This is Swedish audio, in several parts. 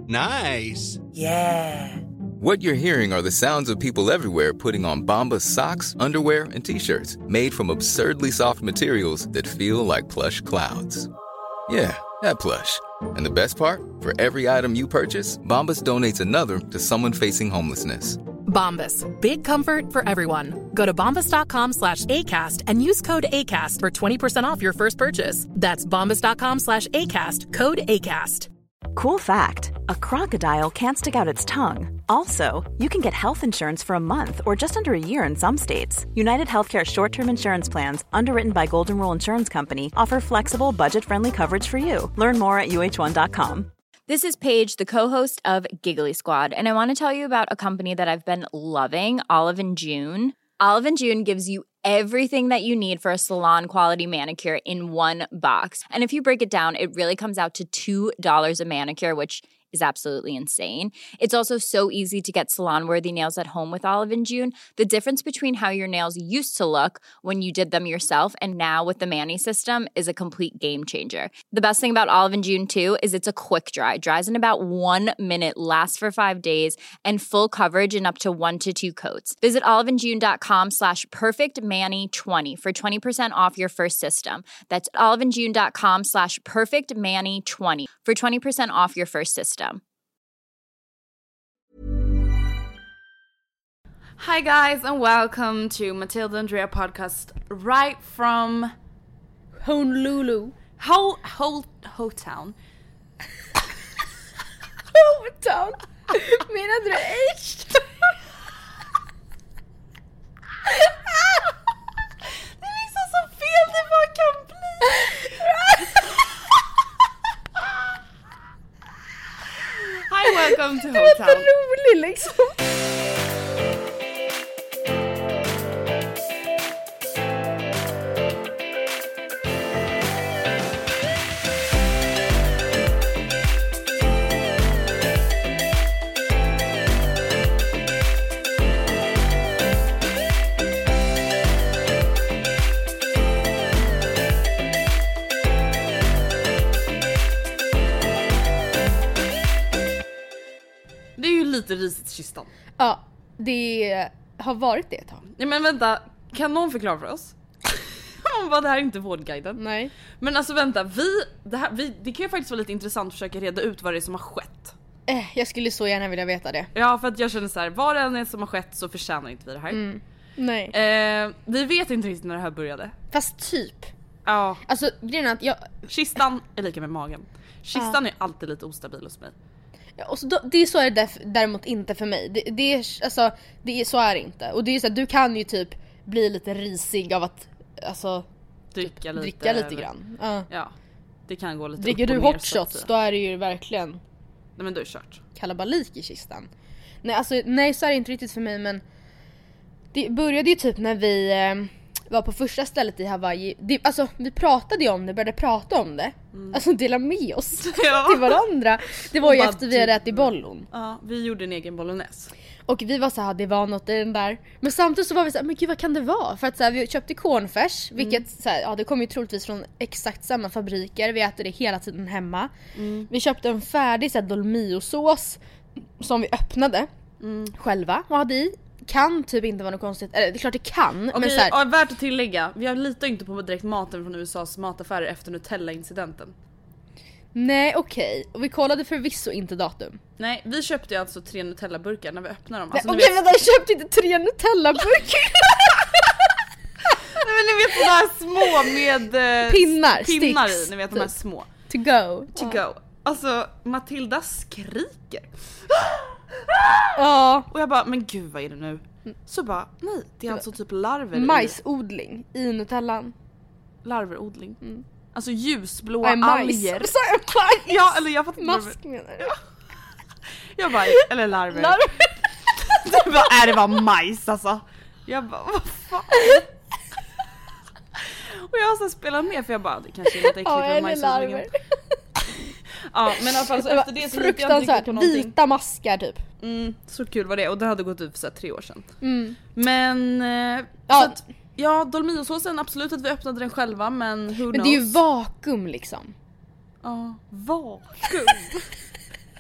Nice. Yeah. What you're hearing are the sounds of people everywhere putting on Bombas socks, underwear, and T-shirts made from absurdly soft materials that feel like plush clouds. Yeah, that plush. And the best part? For every item you purchase, Bombas donates another to someone facing homelessness. Bombas. Big comfort for everyone. Go to bombas.com/ACAST and use code ACAST for 20% off your first purchase. That's bombas.com/ACAST. Code ACAST. Cool fact, a crocodile can't stick out its tongue. Also, you can get health insurance for a month or just under a year in some states. United Healthcare short-term insurance plans, underwritten by Golden Rule Insurance Company, offer flexible, budget-friendly coverage for you. Learn more at uh1.com. This is Paige, the co-host of Giggly Squad, and I want to tell you about a company that I've been loving, Olive & June. Olive & June gives you everything that you need for a salon-quality manicure in one box. And if you break it down, it really comes out to $2 a manicure, which is absolutely insane. It's also so easy to get salon-worthy nails at home with Olive & June. The difference between how your nails used to look when you did them yourself and now with the Mani system is a complete game changer. The best thing about Olive & June, too, is it's a quick dry. Dries in about 1 minute, lasts for 5 days, and full coverage in up to 1 to 2 coats. Visit oliveandjune.com/perfectmani20 for 20% off your first system. That's oliveandjune.com/perfectmani20 for 20% off your first system. Hi guys and welcome to Matilda Andrea podcast right from Honolulu. Hotown. Hometown. Menade du H? Det är liksom så fel det bara kan bli. Hi, welcome to Hotown. Du är för rolig liksom. Det är ju lite risigt i kistan. Ja, det har varit det ett tag. Ja, men vänta, kan någon förklara för oss? Vad det här är inte vårdguiden. Nej. Men alltså vänta, det kan ju faktiskt vara lite intressant att försöka reda ut vad det är som har skett. Jag skulle så gärna vilja veta det. Ja, för att jag känner så här, vad det än är som har skett så förtjänar inte vi det här. Nej. Vi vet inte riktigt när det här började. Fast typ. Ja. Alltså grejen är att Kistan är lika med magen. Kistan är alltid lite ostabil hos mig. Ja, och så så är det däremot inte för mig. Så är det inte. Och det är så att du kan ju typ bli lite risig av att dricka lite grann. Ja. Det kan gå lite. Dricker du hot shots då är det ju verkligen nej, men du är kört. Kalabalik i kistan. Nej, så är det inte riktigt för mig, men det började ju typ när vi var på första stället i Hawaii. Vi pratade ju om det, började prata om det. Alltså dela med oss till varandra. Det var ju efter vi hade ätit bollon. Ja, vi gjorde en egen bolognese. Och vi var så här, det var något i den där. Men samtidigt så var vi så här, men gud vad kan det vara? För att så här, vi köpte cornfärs, vilket så här, ja, det kommer ju troligtvis från exakt samma fabriker. Vi äter det hela tiden hemma. Vi köpte en färdig så här dolmiosås som vi öppnade själva och hade i. Kan typ inte vara något konstigt. Eller det är klart det kan. Okej, men så här, värt att tillägga. Vi litar inte på direkt maten från USAs mataffärer efter Nutella-incidenten. nej, okej. Och vi kollade förvisso inte datum. Nej, vi köpte ju alltså 3 Nutella-burkar när vi öppnade dem. Nej, Alltså, okej, men jag köpte inte 3 Nutella-burkar. Nej, men ni vet de här små med pinnar sticks, i, ni vet de här små. To go. Alltså, Matilda skriker. Ja. Och jag bara, men gud vad är det nu? Så bara, nej, det är alltså typ larver. Majsodling i Nutellan. Larverodling. Alltså ljusblåa alger. Så jag majs. Ja, eller jag fattar inte. Mask menar du? Jag bara, eller larver. Det bara, det var majs alltså. Jag bara, vad fan? Och jag har så spelat med för jag bara, det kanske är något äckligt med majsodlingen. Ja, men i alla fall så efter det så fruktansvärt vita maskar typ. Så kul var det, och det hade gått ut för så här 3 år sedan. Men så att, ja, dolmiosåsen, absolut att vi öppnade den själva, men who knows? Men det är ju vakuum liksom. Ja, vakuum.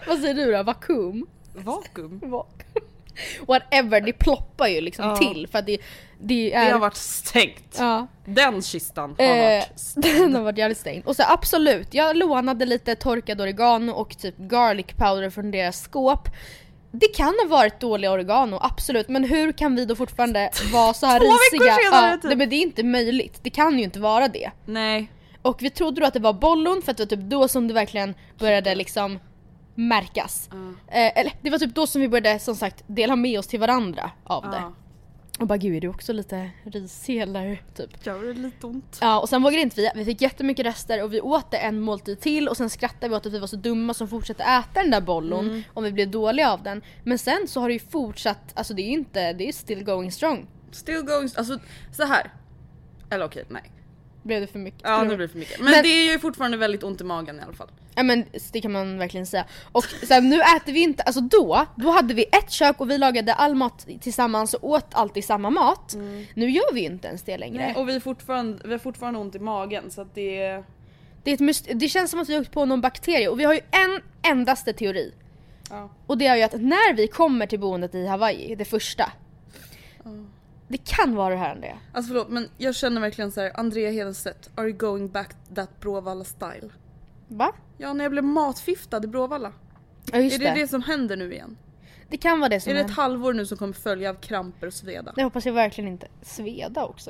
Vad säger du då? Vakuum? Vakuum? Whatever, det ploppar ju liksom till för att det har varit stängt. Ja. Den kistan har varit stängt. Den har varit jävligt stängd. Och så absolut, jag lånade lite torkad oregano och typ garlic powder från deras skåp. Det kan ha varit dålig oregano, absolut. Men hur kan vi då fortfarande vara så här 2 veckor risiga? senare, typ. Men det är inte möjligt. Det kan ju inte vara det. Nej. Och vi trodde då att det var bollon för att det var typ då som det verkligen började liksom märkas. Eller det var typ då som vi började som sagt dela med oss till varandra av det. Och bara gud, är du också lite risig eller typ? Gör det lite ont. Ja, och sen vågade inte vi fick jättemycket rester och vi åt en måltid till och sen skrattade vi åt att vi var så dumma som fortsatte äta den där bollon om vi blev dåliga av den. Men sen så har det ju fortsatt, alltså det är still going strong. Still going, alltså så här. Eller okej, nej. Blev det för mycket? Ja, nu blir det för mycket. Men det är ju fortfarande väldigt ont i magen i alla fall. Ja men det kan man verkligen säga. Och sen nu äter vi inte, alltså då hade vi ett kök och vi lagade all mat tillsammans och åt alltid samma mat. Nu gör vi inte ens det längre. Nej, och vi har fortfarande ont i magen så att det det känns som att vi har åkt på någon bakterie och vi har ju en endaste teori. Ja. Och det är ju att när vi kommer till boendet i Hawaii, det första. Det kan vara det här än det. Alltså förlåt, men jag känner verkligen så här: Andrea Hedenstedt, are you going back that Bråvalla style? Va? Ja, när jag blev matfiftad i Bråvalla. Ja, just Är det som händer nu igen? Det kan vara det som är det ett halvår nu som kommer följa av kramper och sveda? Det hoppas jag verkligen inte. Sveda också.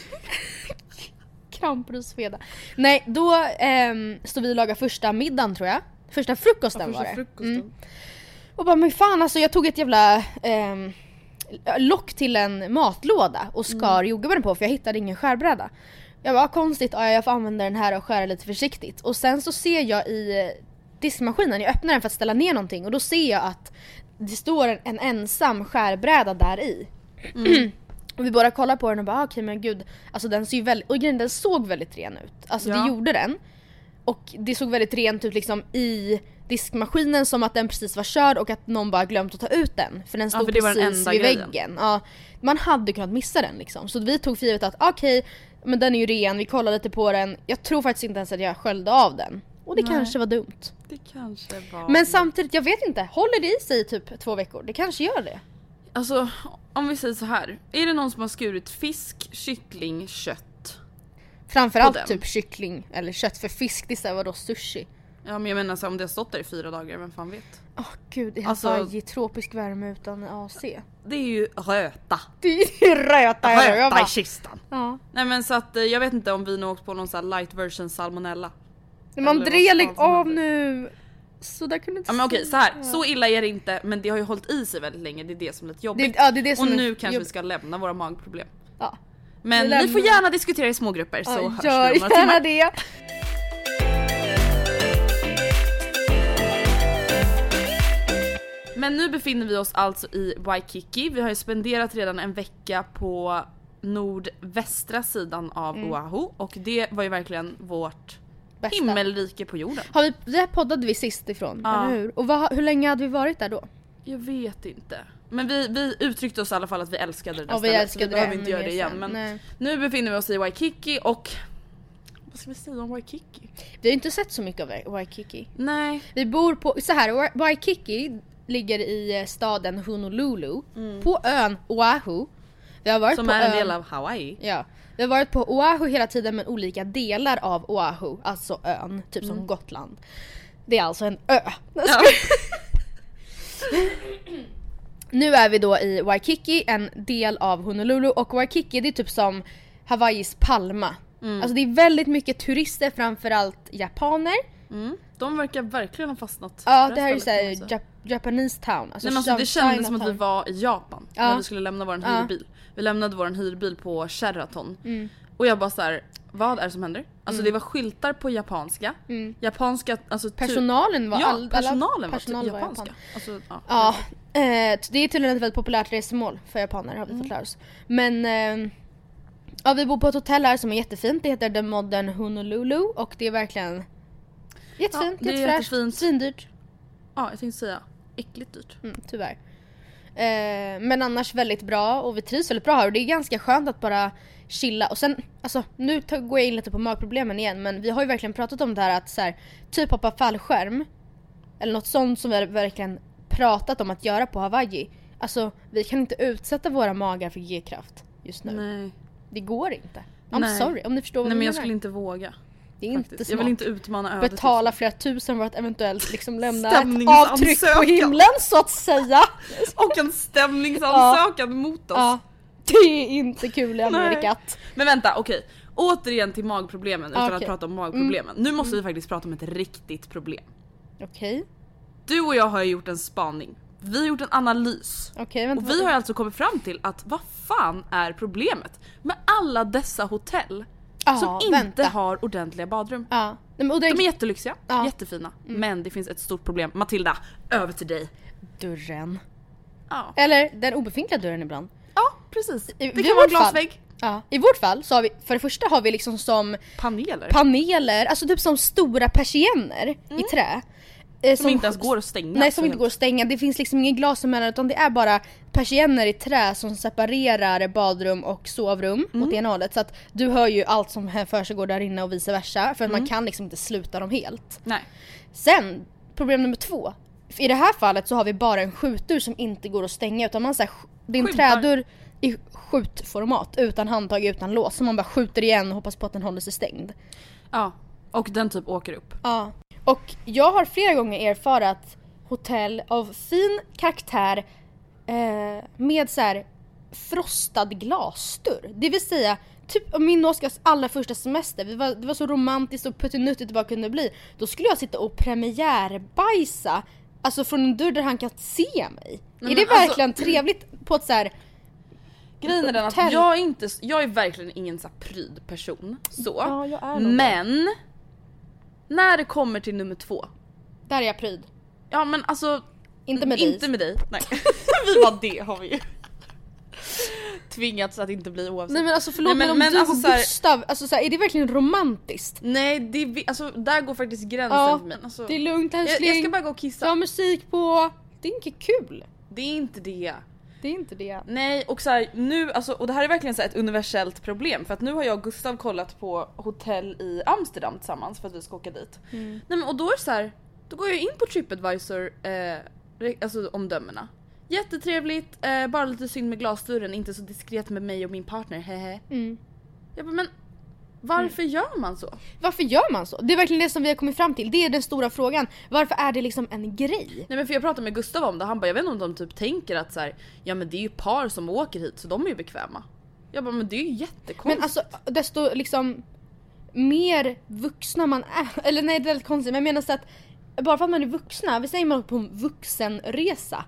Kramper och sveda. Nej, då stod vi och lagade första middagen tror jag. Första frukosten var det. Frukosten. Och bara, men fan alltså, jag tog ett jävla lock till en matlåda och skar jordgubbarna på för jag hittade ingen skärbräda. Jag var konstigt, jag får använda den här och skära lite försiktigt. Och sen så ser jag i diskmaskinen, jag öppnar den för att ställa ner någonting och då ser jag att det står en ensam skärbräda där i. Och vi bara kollar på den och bara okej, men gud, alltså den ser ju väldigt, och den såg väldigt ren ut. Alltså det gjorde den. Och det såg väldigt rent ut liksom i diskmaskinen, som att den precis var körd och att någon bara glömt att ta ut den. För den stod för det var precis den vid grejen. väggen. Ja, man hade kunnat missa den liksom. Så vi tog för givet att okej, men den är ju ren, vi kollade lite på den. Jag tror faktiskt inte ens att jag sköljde av den. Och det kanske var dumt. Det kanske var... Men samtidigt, jag vet inte, håller det i sig typ 2 veckor? Det kanske gör det. Alltså, om vi säger så här. Är det någon som har skurit fisk, kyckling, kött? Framförallt typ kyckling eller kött, för fisk, det är vadå, sushi? Ja, men jag menar så om det har stått där i 4 dagar, vem fan vet? Gud, det är alltså, i tropisk värme utan AC. Det är ju röta. Det är röta i kistan. Ja. Nej men så att jag vet inte om vi nu åkt på någon sån här light version salmonella. Men Andrea, lägg av nu. Så där kunde inte. Ja men okej, så här. Så illa är det inte, men det har ju hållit i sig väldigt länge. Det är det som är lite jobbigt. Det är det som och nu kanske vi ska lämna våra magproblem. Ja. Men ni får gärna diskutera i smågrupper, så hörs vi om några gärna timmar. det. Men nu befinner vi oss alltså i Waikiki. Vi har ju spenderat redan en vecka på nordvästra sidan av Oahu. Och det var ju verkligen vårt Bästa. himmelrike på jorden. Det poddade vi sist ifrån, eller hur? Och hur länge hade vi varit där då? Jag vet inte. Men vi uttryckte oss i alla fall att vi älskade det stället. vi älskade så vi behöver inte göra det igen. Men nu befinner vi oss i Waikiki och... Vad ska vi säga om Waikiki? Vi har inte sett så mycket av Waikiki. Nej. Vi bor på... Så här, Waikiki ligger i staden Honolulu. På ön Oahu. Vi har varit som på är en ön, del av Hawaii. Ja. Vi har varit på Oahu hela tiden, men olika delar av Oahu. Alltså ön, typ som Gotland. Det är alltså en ö. Ja. Nu är vi då i Waikiki, en del av Honolulu. Och Waikiki, det är typ som Hawaiis Palma. Alltså det är väldigt mycket turister, framförallt japaner. De verkar verkligen ha fastnat. Ja, det här är såhär Japanese town. Alltså, det kändes som att vi var i Japan när vi skulle lämna vår hyrbil. Vi lämnade vår hyrbil på Sheraton. Och jag bara så här: vad är det som händer? Alltså det var skyltar på japanska. Japanska, alltså personalen var personalen var japanska. Alltså, det är tydligen ett väldigt populärt resmål för japaner, har vi fått lära oss. Men vi bor på ett hotell här som är jättefint. Det heter The Modern Honolulu och det är verkligen jättefint, det är jättefräscht, jättefint. svindyrt. Ja, jag tänkte säga äckligt dyrt. Tyvärr. Men annars väldigt bra och vi trivs väldigt bra här och det är ganska skönt att bara chilla. Och sen, alltså nu går jag in lite på magproblemen igen, men vi har ju verkligen pratat om det här att så här, typ hoppa fallskärm eller något sånt som vi verkligen pratat om att göra på Hawaii. Alltså vi kan inte utsätta våra magar för G-kraft just nu. Nej. Det går inte. I'm sorry om ni förstår vad Nej, men jag menar. skulle inte våga. Det är inte smart. Jag vill inte utmana ödet. Betala flera tusen för att eventuellt liksom lämna ett Stämningsansökan. avtryck på himlen så att säga. Och en stämningsansökan mot oss. Ja. Det är inte kul i Amerikat. Men vänta, okej. Återigen till magproblemen utan Okej. att prata om magproblemen. Nu måste vi faktiskt prata om ett riktigt problem. Okej. Du och jag har ju gjort en spaning. Vi har gjort en analys. Okej, vänta. Och vi har alltså kommit fram till att vad fan är problemet med alla dessa hotell som inte har ordentliga badrum. Ja. Men, och De är jättelyxiga, Ja. jättefina. Men det finns ett stort problem. Matilda, över till dig. dörren. Ja, Eller den obefintliga dörren ibland. ja precis. Det I kan vara en vårt fall- glasvägg. Ja. I vårt fall så har vi, för det första har vi liksom som paneler, alltså typ som stora persienner i trä. Som inte ens går att stänga. Nej, som inte går att stänga. Det finns liksom ingen glas emellan utan det är bara persienner i trä som separerar badrum och sovrum åt ena hållet. Så att du hör ju allt som försiggår där inne och vice versa. För att man kan liksom inte sluta dem helt. Nej. Sen, problem nummer 2. I det här fallet så har vi bara en skjutdörr som inte går att stänga utan man så här, det är en trädörr i skjutformat utan handtag, utan lås. Så man bara skjuter igen och hoppas på att den håller sig stängd. Ja, och den typ åker upp. Ja. Och jag har flera gånger erfarat hotell av fin karaktär med så här frostad glasdörr. Det vill säga, typ min och Oskars allra första semester, det var så romantiskt och puttinuttigt det bara kunde bli. Då skulle jag sitta och premiärbajsa, alltså från en dörr där han kan se mig. Nej, är det verkligen trevligt på ett så här... Grejen är den att jag är verkligen ingen så här pryd person. Så. Ja, jag är nog men när det kommer till nummer 2. Där är jag pryd. Ja men alltså Inte med dig. Nej. Vi var det har vi ju tvingats att inte bli oavsett. Nej men alltså förlåt, Nej, men om men du alltså, och så här, Gustav, alltså så här, är det verkligen romantiskt? Nej, alltså där går faktiskt gränsen Ja, för mig. Alltså, det är lugnt älskling. jag ska bara gå och kissa. Ja, musik på. Det är inte kul. Det är inte det. Det är inte det. Nej, och så här, nu alltså, och det här är verkligen så här ett universellt problem för att nu har jag och Gustav kollat på hotell i Amsterdam tillsammans för att vi ska åka dit. Nej men och då är det så här, då går jag in på TripAdvisor alltså omdömena. Jättetrevligt, bara lite synd med glasdörren, inte så diskret med mig och min partner. Hehe. Jag bara, men varför gör man så? Varför gör man så? Det är verkligen det som vi har kommit fram till. Det är den stora frågan. Varför är det liksom en grej? Nej men för jag pratade med Gustav om det. Han bara, jag vet inte om de typ tänker att så här, ja men det är ju par som åker hit så de är ju bekväma. Jag bara, men det är ju jättekonstigt. Men alltså desto liksom mer vuxna man är. Eller nej, det är lite konstigt. Men jag menar så att bara för att man är vuxna, vi säger man på en vuxenresa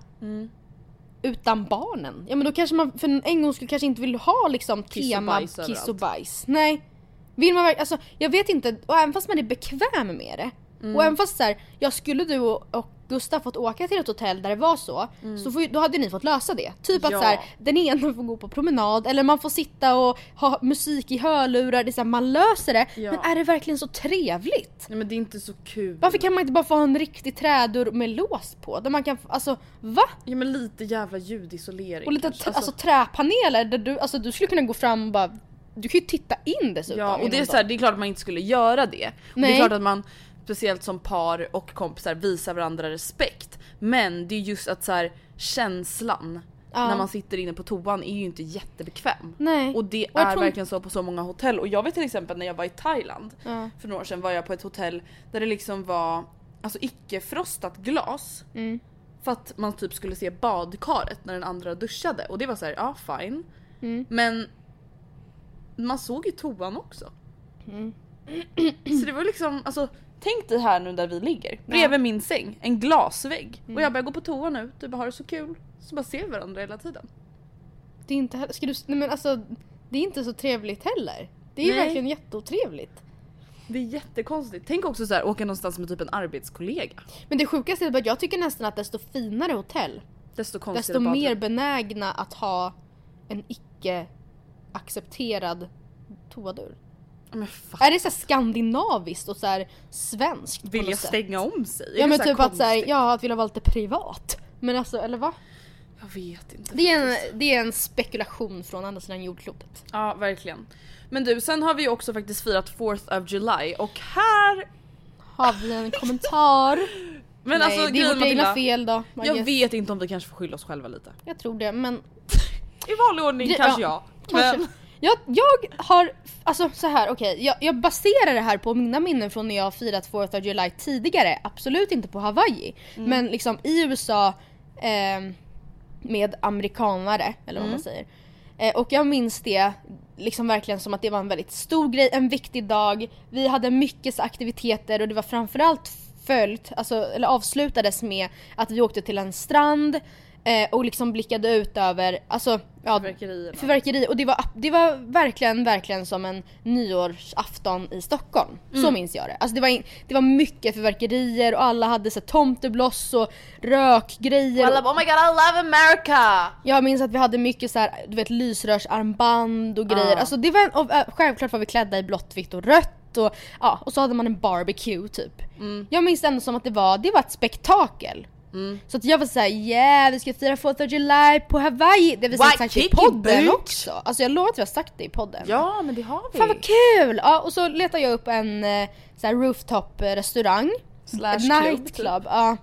utan barnen. Ja men då kanske man för en gång skulle kanske inte vill ha liksom tema kiss och bajs. Nej. Vill man alltså jag vet inte, och även fast man är bekväm med det. Och även fast så här, jag skulle du och Gustav fått åka till ett hotell där det var så då hade ni fått lösa det. Typ att så här, den ena får gå på promenad eller man får sitta och ha musik i hörlurar, det är så här, man löser det. Men är det verkligen så trevligt? Nej men det är inte så kul. Varför kan man inte bara få en riktig trädörr med lås på? Där man kan, alltså, va? Ja men lite jävla ljudisolering. Och lite alltså träpaneler där du skulle kunna gå fram och bara, du kan ju titta in dessutom. Ja och det är så här, det är klart att man inte skulle göra det. Och det är klart att man speciellt som par och kompisar visar varandra respekt. Men det är just att så här, känslan när man sitter inne på toan är ju inte jättebekväm. Nej. Och det är verkligen så på så många hotell. Och jag vet till exempel när jag var i Thailand för några år sedan var jag på ett hotell där det liksom var alltså icke-frostat glas. För att man typ skulle se badkaret när den andra duschade. Och det var så här, ja fine. Men man såg ju toan också. Så det var liksom, alltså tänk dig här nu där vi ligger bredvid min säng, en glasvägg. Och jag börjar gå på toa nu, du bara har det så kul. Så bara ser vi varandra hela tiden. Det är inte heller, nej men alltså det är inte så trevligt heller. Det är ju verkligen jätteotrevligt. Det är jättekonstigt. Tänk också så här, åka någonstans med typ en arbetskollega. Men det sjukaste är att jag tycker nästan att desto finare hotell, desto mer benägna att ha en icke accepterad toadörr. Är det så här skandinaviskt och så här svenskt? Vill jag stänga om sig? Ja men typ att så här, att vilja vara lite privat. Men alltså, eller va? Jag vet inte. Det är en spekulation från andra sidan jordklotet. Ja, verkligen. Men du, sen har vi också faktiskt firat 4th of July. Och här har vi en kommentar. Men Nej, alltså, det är vårt egna fel då. Jag vet inte om vi kanske får skylla oss själva lite. Jag tror det, men... I vanlig ordning kanske jag. Kanske. Men... Jag har, alltså så här, okej, jag baserar det här på mina minnen från när jag har firat 4th of July tidigare. Absolut inte på Hawaii. Men liksom i USA med amerikanare, eller vad man säger. Och jag minns det liksom verkligen som att det var en väldigt stor grej, en viktig dag. Vi hade mycket aktiviteter och det var framförallt eller avslutades med att vi åkte till en strand och liksom blickade ut över fyrverkeri. Och det var verkligen som en nyårsafton i Stockholm. Så minns jag det. Alltså det var mycket fyrverkerier och alla hade så tomtebloss och rökgrejer. Alla, oh my god, I love America! Jag minns att vi hade mycket så här, du vet, lysrörsarmband och grejer. Alltså det var självklart var vi klädda i blått, vitt och rött. Och så hade man en barbecue typ. Jag minns ändå som att det var ett spektakel. Så att jag var såhär, vi ska fira 4th of July på Hawaii. Det har vi sagt i podden också. Alltså jag lovar att vi har sagt det i podden. Ja, men det har vi. Fan vad kul! Ja, och så letar jag upp en så här rooftop-restaurang nightclub. Ja.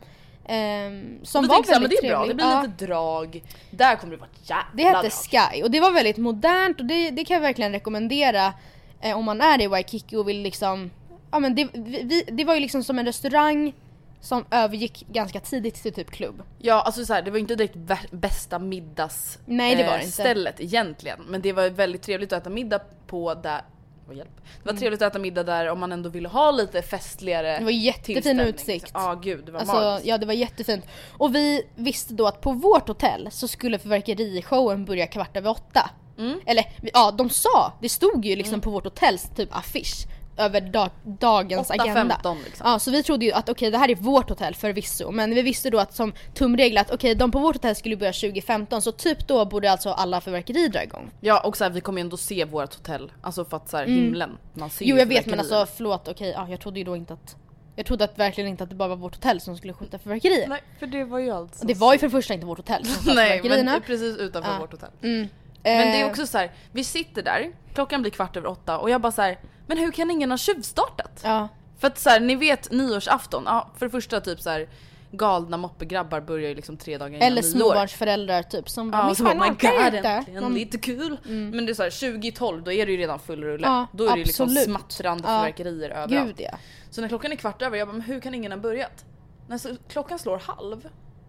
Som var väldigt trevlig. Det blir lite drag. Där kommer det vara jävla det hette Sky och det var väldigt modernt. Och det kan jag verkligen rekommendera om man är i Waikiki och vill liksom... Ja, men det var ju liksom som en restaurang som övergick ganska tidigt till typ klubb. Ja, alltså så här, det var inte direkt bästa middags Nej, det var inte. Stället egentligen. Men det var väldigt trevligt att äta middag på där. Det var trevligt att äta middag där om man ändå ville ha lite festligare. Det var jättefin utsikt. Ja, gud, det var magiskt. Ja, det var jättefint. Och vi visste då att på vårt hotell så skulle fyrverkerishowen börja 8:15. Eller ja, det stod ju liksom på vårt hotells typ affisch över dagens agenda. 8:15 liksom. Ja, så vi trodde ju att okej, det här är vårt hotell förvisso. Men vi visste då att som tumregel att okej, de på vårt hotell skulle börja 20:15. Så typ då borde alltså alla fyrverkerier dra igång. Ja, och så här, vi kommer ju ändå se vårt hotell. Alltså för att så här, himlen, man ser. Jo, jag vet, men alltså förlåt, okej, jag trodde ju då inte att... Jag trodde verkligen inte att det bara var vårt hotell som skulle skjuta fyrverkerier. Nej, för det var ju alltså... Det var ju för det första inte vårt hotell som nej, men precis utanför vårt hotell. Men det är också så här, vi sitter där, klockan blir 7:15 och jag bara så här, men hur kan ingen ha tjuvstartat? Ja. För att så här, ni vet nyårsafton, för det första typ så här, galna moppegrabbar börjar ju liksom 3 dagar innan eller småbarnsföräldrar typ som bara, så man äntligen lite kul. Men det är så här 2012, då är det ju redan full rulle. Då är det ju liksom smattrande fyrverkerier överallt. Gud, ja. Så när klockan är 7:15, jag bara, men hur kan ingen ha börjat? När klockan slår 1:30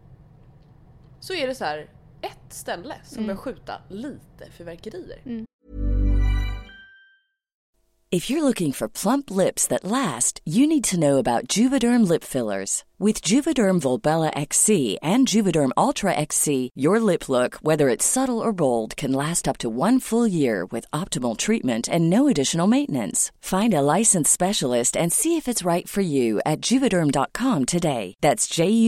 så är det så här ett ställe som börjar skjuta lite fyrverkerier. If you're looking for plump lips that last, you need to know about Juvederm lip fillers. With Juvederm Volbella XC and Juvederm Ultra XC, your lip look, whether it's subtle or bold, can last up to 1 full year with optimal treatment and no additional maintenance. Find a licensed specialist and see if it's right for you at Juvederm.com today. That's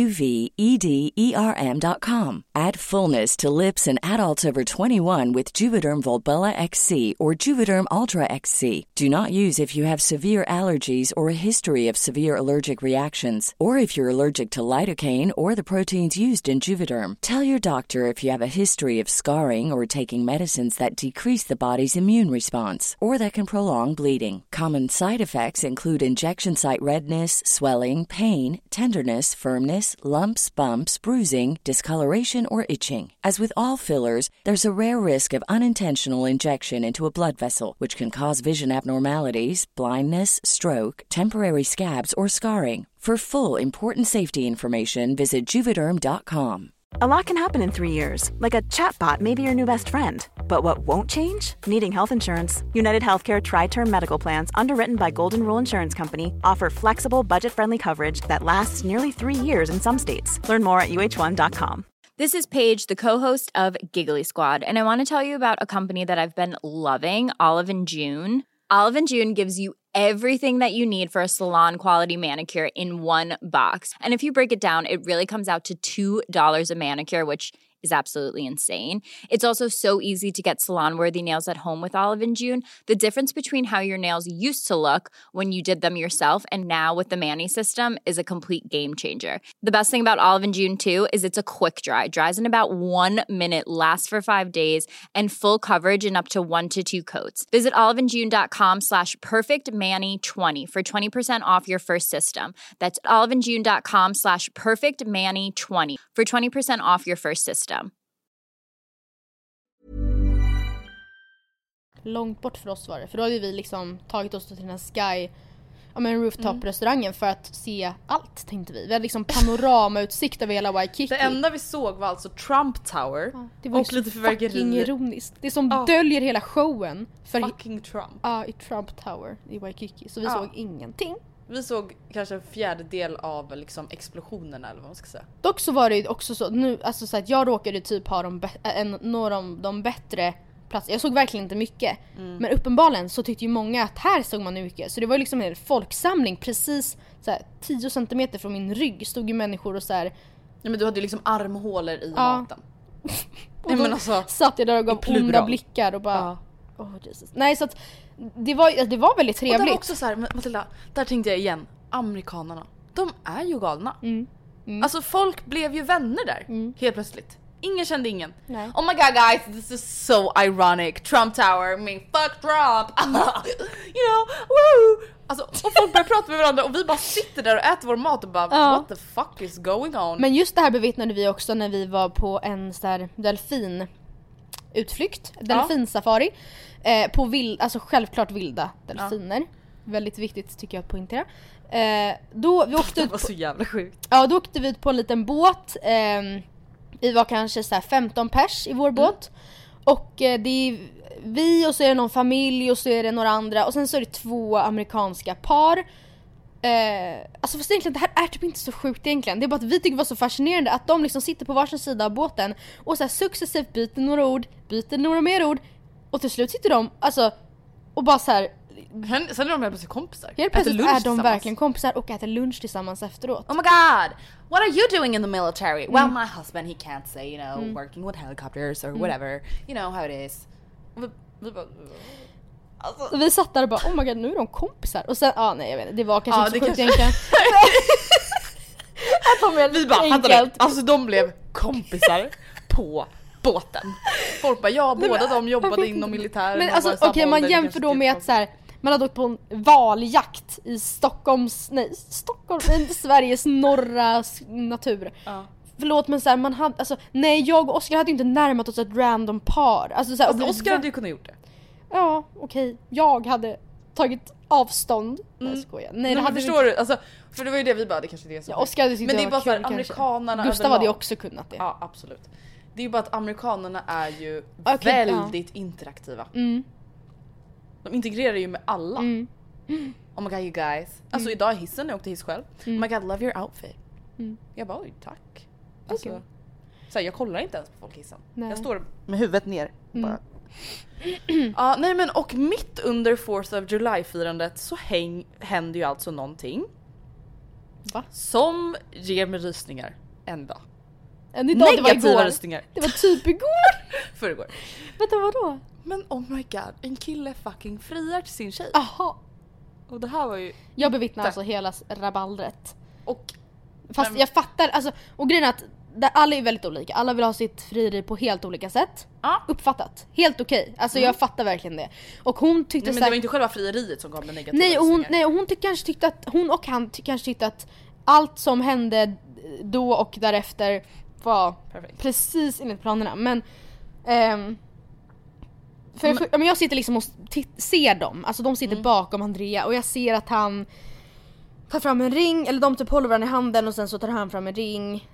JUVEDERM.com. Add fullness to lips in adults over 21 with Juvederm Volbella XC or Juvederm Ultra XC. Do not use if you have severe allergies or a history of severe allergic reactions, or if you're allergic to lidocaine or the proteins used in Juvederm. Tell your doctor if you have a history of scarring or taking medicines that decrease the body's immune response or that can prolong bleeding. Common side effects include injection site redness, swelling, pain, tenderness, firmness, lumps, bumps, bruising, discoloration, or itching. As with all fillers, there's a rare risk of unintentional injection into a blood vessel, which can cause vision abnormalities, blindness, stroke, temporary scabs, or scarring. For full, important safety information, visit Juvederm.com. A lot can happen in 3 years, like a chatbot may be your new best friend. But what won't change? Needing health insurance. United Healthcare Tri-Term Medical Plans, underwritten by Golden Rule Insurance Company, offer flexible, budget-friendly coverage that lasts nearly 3 years in some states. Learn more at UH1.com. This is Paige, the co-host of Giggly Squad, and I want to tell you about a company that I've been loving, Olive & June. Olive & June gives you everything that you need for a salon-quality manicure in one box. And if you break it down, it really comes out to $2 a manicure, which is absolutely insane. It's also so easy to get salon-worthy nails at home with Olive & June. The difference between how your nails used to look when you did them yourself and now with the Mani system is a complete game changer. The best thing about Olive & June too is it's a quick dry. Dries in about 1 minute, lasts for 5 days, and full coverage in up to 1 to 2 coats. Visit oliveandjune.com/perfectmani20 for 20% off your first system. That's oliveandjune.com/perfectmani20 for 20% off your first system. Långt bort för oss var det. För då hade vi liksom tagit oss till den här Sky, rooftop-restaurangen för att se allt, tänkte vi. Vi hade liksom panoramautsikt över hela Waikiki. Det enda vi såg var alltså Trump Tower. Ja, det var och lite fucking ironiskt. Det som döljer hela showen. Fucking Trump. Ja, i Trump Tower i Waikiki. Så vi såg ingenting. Vi såg kanske en fjärdedel av liksom explosionerna eller vad man ska säga. Dock så var det ju också så nu, alltså så att jag råkade typ ha några av de bättre platser. Jag såg verkligen inte mycket. Men uppenbarligen så tyckte ju många att här såg man mycket. Så det var liksom en folksamling precis så här, 10 centimeter från min rygg stod ju människor och så här. Ja, men du hade ju liksom armhålor i maten. Och men alltså, satt jag där och gav onda blickar och bara Jesus. Nej, så att det var väldigt trevligt. Och det var också så här, Matilda, där tänkte jag igen, amerikanerna, de är ju galna. Alltså folk blev ju vänner där helt plötsligt. Ingen kände ingen. Nej. Oh my god guys, this is so ironic. Trump Tower, I mean fuck Trump. You know, woo. Alltså, och folk börjar prata med varandra och vi bara sitter där och äter vår mat och bara what the fuck is going on? Men just det här bevittnade vi också när vi var på en så här delfinutflykt, delfinsafari på alltså självklart vilda delfiner. Väldigt viktigt tycker jag att poängtera. Då vi åkte det var så jävla sjukt. Ja, då åkte vi ut på en liten båt. Vi var kanske så här 15 pers i vår båt. Och det är vi och så är det någon familj och så är det några andra. Och sen så är det 2 amerikanska par. Alltså fast egentligen det här är typ inte så sjukt egentligen. Det är bara att vi tycker det var så fascinerande att de liksom sitter på varsin sida av båten. Och så här successivt byter några ord, byter några mer ord. Och till slut sitter de alltså och bara så här. Sen är de helt plötsligt kompisar. Helt plötsligt är de verkligen kompisar och äter lunch tillsammans efteråt. Oh my god, what are you doing in the military? Well, my husband, he can't say, you know, working with helicopters or whatever. You know how it is. Alltså. Vi satt där och bara, oh my god, nu är de kompisar. Och sen, nej jag vet inte, det var kanske inte så sjukt egentligen. Vi bara, fattade. Alltså de blev kompisar på båten. Folk bara, båda de jobbade inom militären. Men alltså okej, man jämför då med att så här, man hade åkt på en valjakt i Stockholm, Sveriges norra natur. Förlåt, men så här, man hade, alltså, nej, jag och Oskar hade inte närmat oss ett random par. Alltså, så här, alltså, Oskar hade ju kunnat gjort det. Ja, okej. Jag hade tagit avstånd. Jag skojar. Nej, det hade förstår du? Alltså, för det var ju det vi bara, det kanske det är så. Oskar hade men det är bara så här, amerikanerna Gustav hade ju också kunnat det. Ja, absolut. Det är ju bara att amerikanerna är ju väldigt interaktiva. De integrerar ju med alla. Oh my god, you guys. Alltså idag hissen, jag åkte hiss själv. Oh my god, love your outfit. Jag bara, tack. Alltså, så här, jag kollar inte ens på folk hissen. Nej. Jag står med huvudet ner. Bara. Nej men och mitt under 4th of July-firandet så händer ju alltså någonting. Va? Som ger mig rysningar en dag. Negativa rysningar. Det var typ igår. Förrgår. Vänta, vadå? Men oh my god, en kille fucking friar till sin tjej. Aha. Och det här var ju... Jag bevittnar alltså hela rabaldret. Och... Fast jag fattar, alltså, och grejen är att alla är väldigt olika. Alla vill ha sitt frieri på helt olika sätt. Uppfattat. Helt okej. Alltså jag fattar verkligen det. Och hon tyckte men det var inte själva frieriet som gav mig negativa nej, och hon kanske tyckte att hon och han kanske tyckte att allt som hände då och därefter var precis enligt planerna. Men men jag sitter liksom och ser dem. Alltså de sitter bakom Andrea och jag ser att han tar fram en ring, eller de typ håller varandra i handen och sen så tar han fram en ring.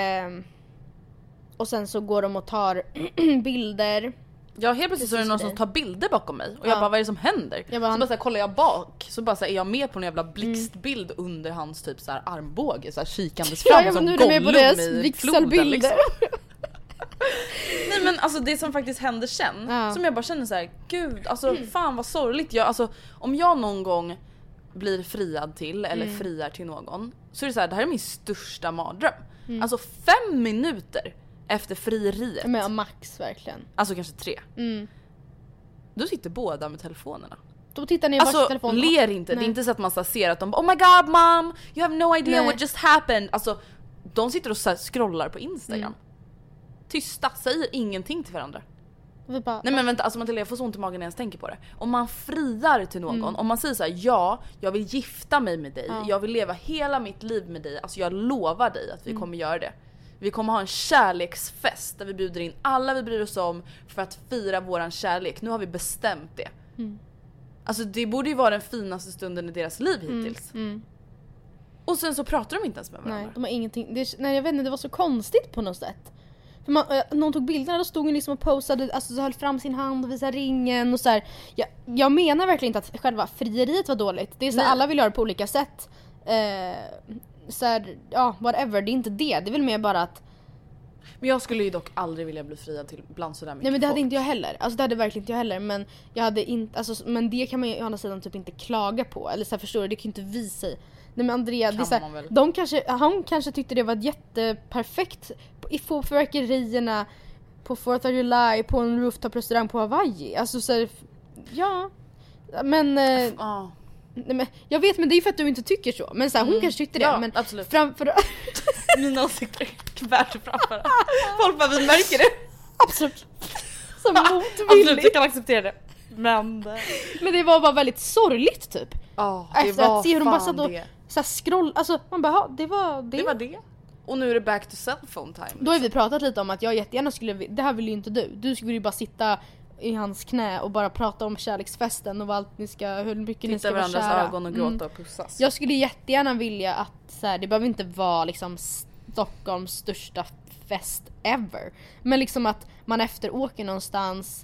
Och sen så går de och tar bilder. Ja, helt plötsligt så är det någon som tar bilder bakom mig. Och jag bara, vad är det som händer? Så bara så här, kollar jag bak. Så bara så här, är jag med på en jävla blixtbild under hans typ så här armbåge. Så här kikandes fram som Gollum i floden liksom. Nej men alltså det som faktiskt händer sen. Som jag bara känner så här, gud, alltså fan vad sorgligt. Alltså om jag någon gång blir friad till eller friar till någon, så är det så här, det här är min största mardröm. Alltså 5 minuter efter frieriet. Men max verkligen. Alltså kanske 3. Då sitter båda med telefonerna. Då tittar ni i varsin telefon. Ler inte. Nej. Det är inte så att man ser att de oh my god mom, you have no idea what just happened. Alltså de sitter och så scrollar på Instagram. Tysta, säger ingenting till varandra. Bara, nej men vänta, alltså jag får så ont i magen när jag tänker på det. Om man friar till någon, om man säger så här: ja, jag vill gifta mig med dig, jag vill leva hela mitt liv med dig, alltså jag lovar dig att vi kommer göra det. Vi kommer ha en kärleksfest där vi bjuder in alla vi bryr oss om för att fira våran kärlek. Nu har vi bestämt det. Alltså det borde ju vara den finaste stunden i deras liv hittills. Och sen så pratar de inte ens med varandra. Nej, de har ingenting. Nej, jag vet inte, det var så konstigt på något sätt. För någon tog bilderna, då stod hon liksom och posade, alltså så höll fram sin hand och visade ringen och så här. Jag menar verkligen inte att själva frieriet var dåligt. Det är så alla vill göra det på olika sätt. Så här, ja, whatever, det är inte det. Det är väl mer bara att... Men jag skulle ju dock aldrig vilja bli friad till bland sådär mycket. Nej, men det hade folk. inte jag heller. Alltså det hade verkligen inte jag heller. Men jag hade inte, alltså, men det kan man ju å andra sidan typ inte klaga på. Eller så här, förstår du, det kan ju inte vi säga. Nej men Andrea, det är så här, han kanske tyckte det var jätteperfekt på fyrverkerierna, på 4th of July, på en rooftop-restaurang på Hawaii. Alltså så här, ja. Men... nej, men jag vet, men det är ju för att du inte tycker så. Men så här, hon kanske tyckte det. Ja, men absolut. Framför... Mina åsikter kvärt framför. Folk bara, vi märker det. Absolut. Som motvilligt. Absolut, jag kan acceptera det. Men det var bara väldigt sorgligt typ. Efter att se hur de bara satt och så här scroll, alltså man bara, det var det. Det var det. Och nu är det back to cellphone time. Då har vi pratat lite om att jag jättegärna skulle, det här vill ju inte du. Du skulle ju bara sitta i hans knä och bara prata om kärleksfesten och vad allt ni ska, hur mycket ni ska vara kära. Titta varandras ögon och gråta och pussas. Jag skulle jättegärna vilja att så här, det behöver inte vara liksom Stockholms största fest ever. Men liksom att man efter åker någonstans,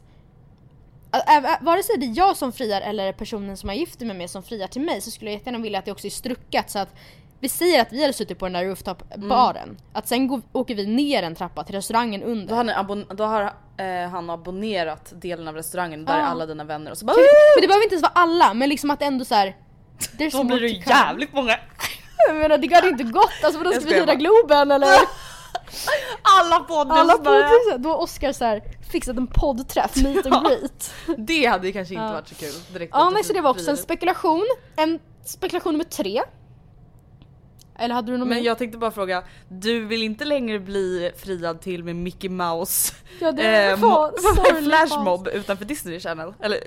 vare sig det är jag som friar eller personen som jag gifter mig med som friar till mig, så skulle jag jättegärna vilja att det också är struckat så att vi säger att vi hade suttit på den där rooftop-baren. Att sen åker vi ner en trappa till restaurangen under. Då har han abonnerat delen av restaurangen där är alla dina vänner och så bara, men det behöver inte ens vara alla, men liksom att ändå så här. Då blir det jävligt många. Jag menar, det går inte gott. Alltså för då ska vi hyra Globen eller alla poddar. Då Oscar så här fixat en poddträff, meet and greet. Det hade kanske inte varit så kul direkt. Ja, nej, så det var också en spekulation. En spekulation nummer 3. Eller hade du någon Men jag tänkte bara fråga, du vill inte längre bli friad till med Mickey Mouse? Ja, det var flashmob utanför Disney Channel eller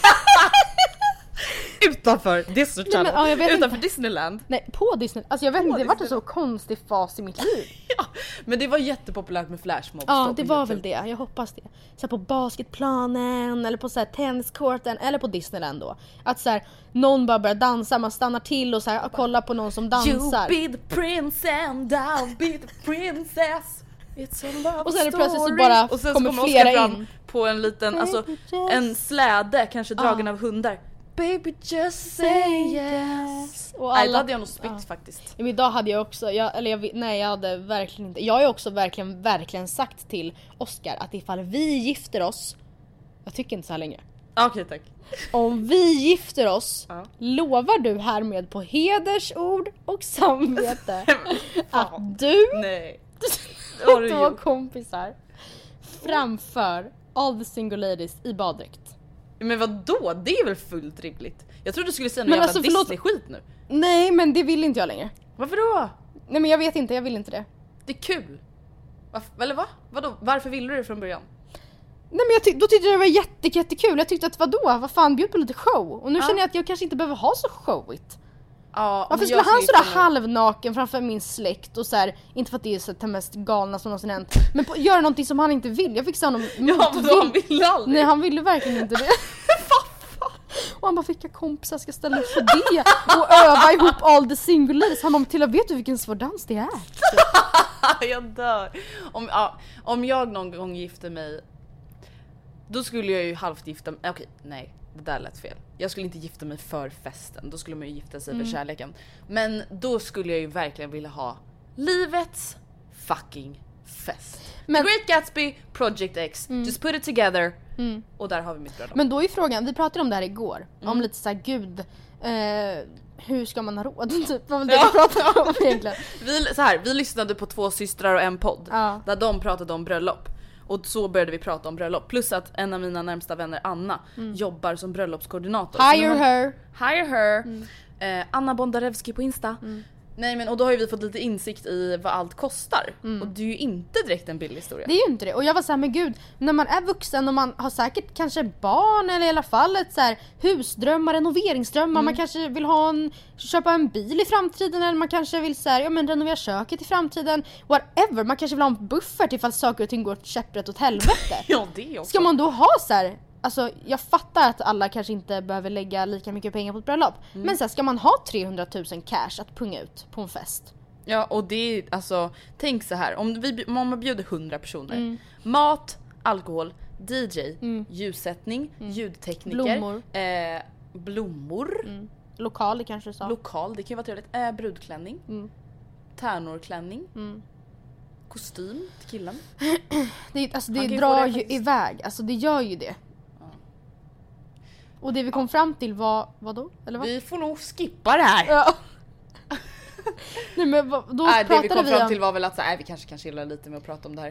utanför Disney Channel. Nej, men, utanför Disneyland. Nej, på Disney. Alltså jag vet inte, det var en så konstig fas i mitt liv. Ja, men det var jättepopulärt med flashmobs. Ja, det var väl det. Jag hoppas det. Så här på basketplanen eller på så här tenniscourten eller på Disneyland då. Att så här, någon bara börjar dansa, man stannar till och så här kollar på någon som dansar. You be the prince and I'll be the princess. It's a love och sen är det plötsligt så story. bara och sen kommer flera flera in på en liten, alltså en släde kanske dragen av hundar. Baby just say yes. Och alla, nej, då hade jag nog spytt faktiskt. Ja, men idag hade jag också, jag hade verkligen inte. Jag har ju också verkligen sagt till Oscar att ifall vi gifter oss, jag tycker inte så här längre. Okej, tack. Om vi gifter oss, lovar du härmed på hedersord och samvete att du och två kompisar framför all the single ladies i baddräkt. Men vad då? Det är väl fullt rimligt. Jag trodde du skulle säga någon jävla alltså, Disney-skit nu. Nej, men det vill inte jag längre. Varför då? Nej, men jag vet inte, jag vill inte det. Det är kul. Eller va? Vadå? Varför ville du det från början? Nej, men då tyckte jag det var jättekul. Jag tyckte att vad fan, bjöd på lite show. Och nu känner jag att jag kanske inte behöver ha så showigt. Ja, varför skulle han sådär halvnaken framför min släkt och så här, inte för att det är så det mest galna som någonsin hänt, men göra någonting som han inte vill. Jag fick honom han ville aldrig. Nej, han ville verkligen inte det. Och han bara, vilka kompisar ska ställa upp för det? Och öva ihop all the single ladies. Han bara, till och vet du vilken svår dans det är? Jag dör. Om jag någon gång gifter mig, då skulle jag ju halvt gifta mig. Okej, nej. Det där lät fel. Jag skulle inte gifta mig för festen. Då skulle man ju gifta sig för kärleken. Men då skulle jag ju verkligen vilja ha livets fucking fest. Men, The Great Gatsby, Project X, just put it together. Och där har vi mitt bröllop. men då är frågan, vi pratade om det här igår, om lite så här, gud, hur ska man ha råd? Typ, vad var det vi pratade om egentligen? Vi lyssnade på 2 systrar och en podd där de pratade om bröllop. Och så började vi prata om bröllop. Plus att en av mina närmsta vänner, Anna, jobbar som bröllopskoordinator. Hire her. Anna Bondarevski på Insta. Nej men och då har ju vi fått lite insikt i vad allt kostar. Och det är ju inte direkt en billig historia. Det är ju inte det. Och jag var så här, men gud, när man är vuxen och man har säkert kanske barn eller i alla fall ett så här husdrömmar, renoveringsdrömmar, man kanske vill köpa en bil i framtiden, eller man kanske vill så här, renovera köket i framtiden, whatever. Man kanske vill ha en buffert ifall saker och ting går käpprätt åt helvete. Ja, det också. Ska man då ha så här, alltså jag fattar att alla kanske inte behöver lägga lika mycket pengar på ett bröllop. Men så här, ska man ha 300 000 cash att punga ut på en fest? Ja, och det är alltså, tänk så här, om man bjuder 100 personer. Mat, alkohol, DJ, ljussättning, ljudtekniker, blommor. Lokal, det kanske sa. Lokal, det kan ju vara trevligt. Brudklänning. Tärnorklänning. Kostym till killen. Det drar ju iväg, alltså det gör ju det. Och det vi kom fram till var, vadå? Eller vad? Vi får nog skippa det här. Ja. Nej, men då det vi kom fram till var väl att så, vi kanske kan chilla lite med att prata om det här.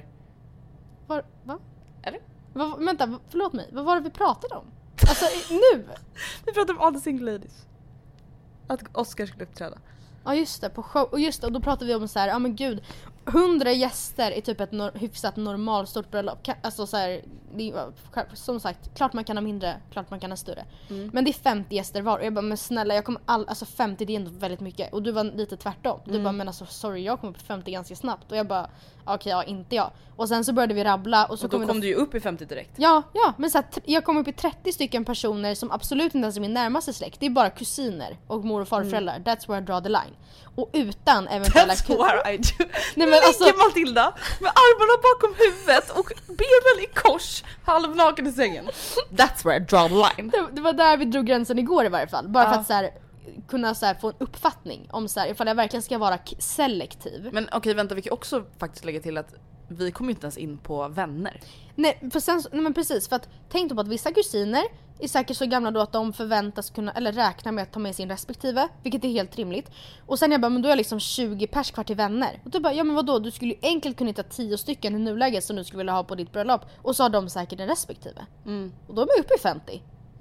Va? Eller? Vänta, förlåt mig. Vad var det vi pratade om? Alltså nu? Vi pratade om All the Single Ladies. Att Oscar skulle uppträda. Ja just det, på show. Och just det, och då pratade vi om så här, ja men gud, 100 gäster i typ ett hyfsat normalstort bröllop. Alltså så här, som sagt, klart man kan ha mindre, klart man kan ha större. Men det är 50 gäster var. Och jag bara, men snälla, jag kommer alltså 50, det är ändå väldigt mycket. Och du var lite tvärtom. Du bara, men alltså sorry, jag kom upp i 50 ganska snabbt. Och jag bara, okej, ja, inte jag. Och sen så började vi rabbla. Och så då kom du ju upp i 50 direkt. Ja, men så här, jag kom upp i 30 stycken personer som absolut inte ens är min närmaste släkt. Det är bara kusiner och mor- och farföräldrar. That's where I draw the line. Och utan eventuella That's where I do. Nej, men alltså, ligger Matilda med armarna bakom huvudet och benen i kors, halvnaken i sängen. That's where I draw the line. Det var där vi drog gränsen igår i varje fall. Bara för att så här, kunna så här, få en uppfattning om så här, ifall jag verkligen ska vara selektiv. Men okej, vänta, vi kan också faktiskt lägga till att vi kommer inte ens in på vänner. Nej, men precis. För att tänk på att vissa kusiner är säkert så gamla då att de förväntas kunna, eller räkna med att ta med sin respektive, vilket är helt rimligt. Och sen jag bara, men då är jag liksom 20 pers kvar till vänner. Och då bara, ja men vadå, du skulle ju enkelt kunna hitta 10 stycken i nuläget som du skulle vilja ha på ditt bröllop. Och så har de säkert en respektive. Och då är man uppe i 50.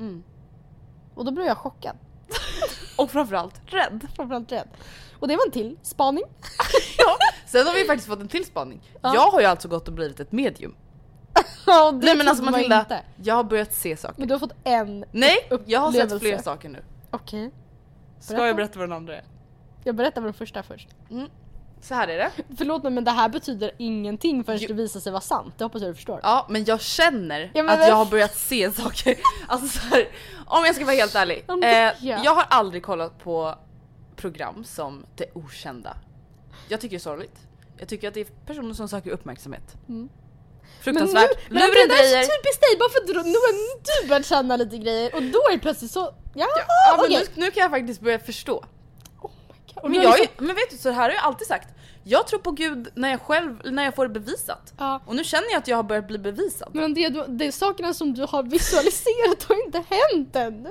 Och då blir jag chockad. Och framförallt rädd. Och det var en till spaning. Ja, sen har vi faktiskt fått en till spaning. Jag har ju alltså gått och blivit ett medium. Nej men alltså Matilda, inte. Jag har börjat se saker. Men du har fått en. Nej, jag har sett fler saker nu. Okej. Ska jag berätta vad den andra är? Jag berättar vad den första först. Så här är det. Förlåt mig, men det här betyder ingenting förrän det visar sig vara sant. Det hoppas jag du förstår. Ja, men jag känner att jag har börjat se saker. Alltså så här, om jag ska vara helt ärlig. Jag har aldrig kollat på program som Det Okända. Jag tycker det är sorgligt. Jag tycker att det är personer som söker uppmärksamhet. Fruktansvärt. Men det där är typiskt dig, bara för att nu har du börjat känna lite grejer. Och då är det plötsligt så. Ja, men nu kan jag faktiskt börja förstå. Oh my God. Men vet du, så här har jag alltid sagt. Jag tror på Gud när jag får det bevisat. Och nu känner jag att jag har börjat bli bevisad. Men det är sakerna som du har visualiserat har inte hänt ännu.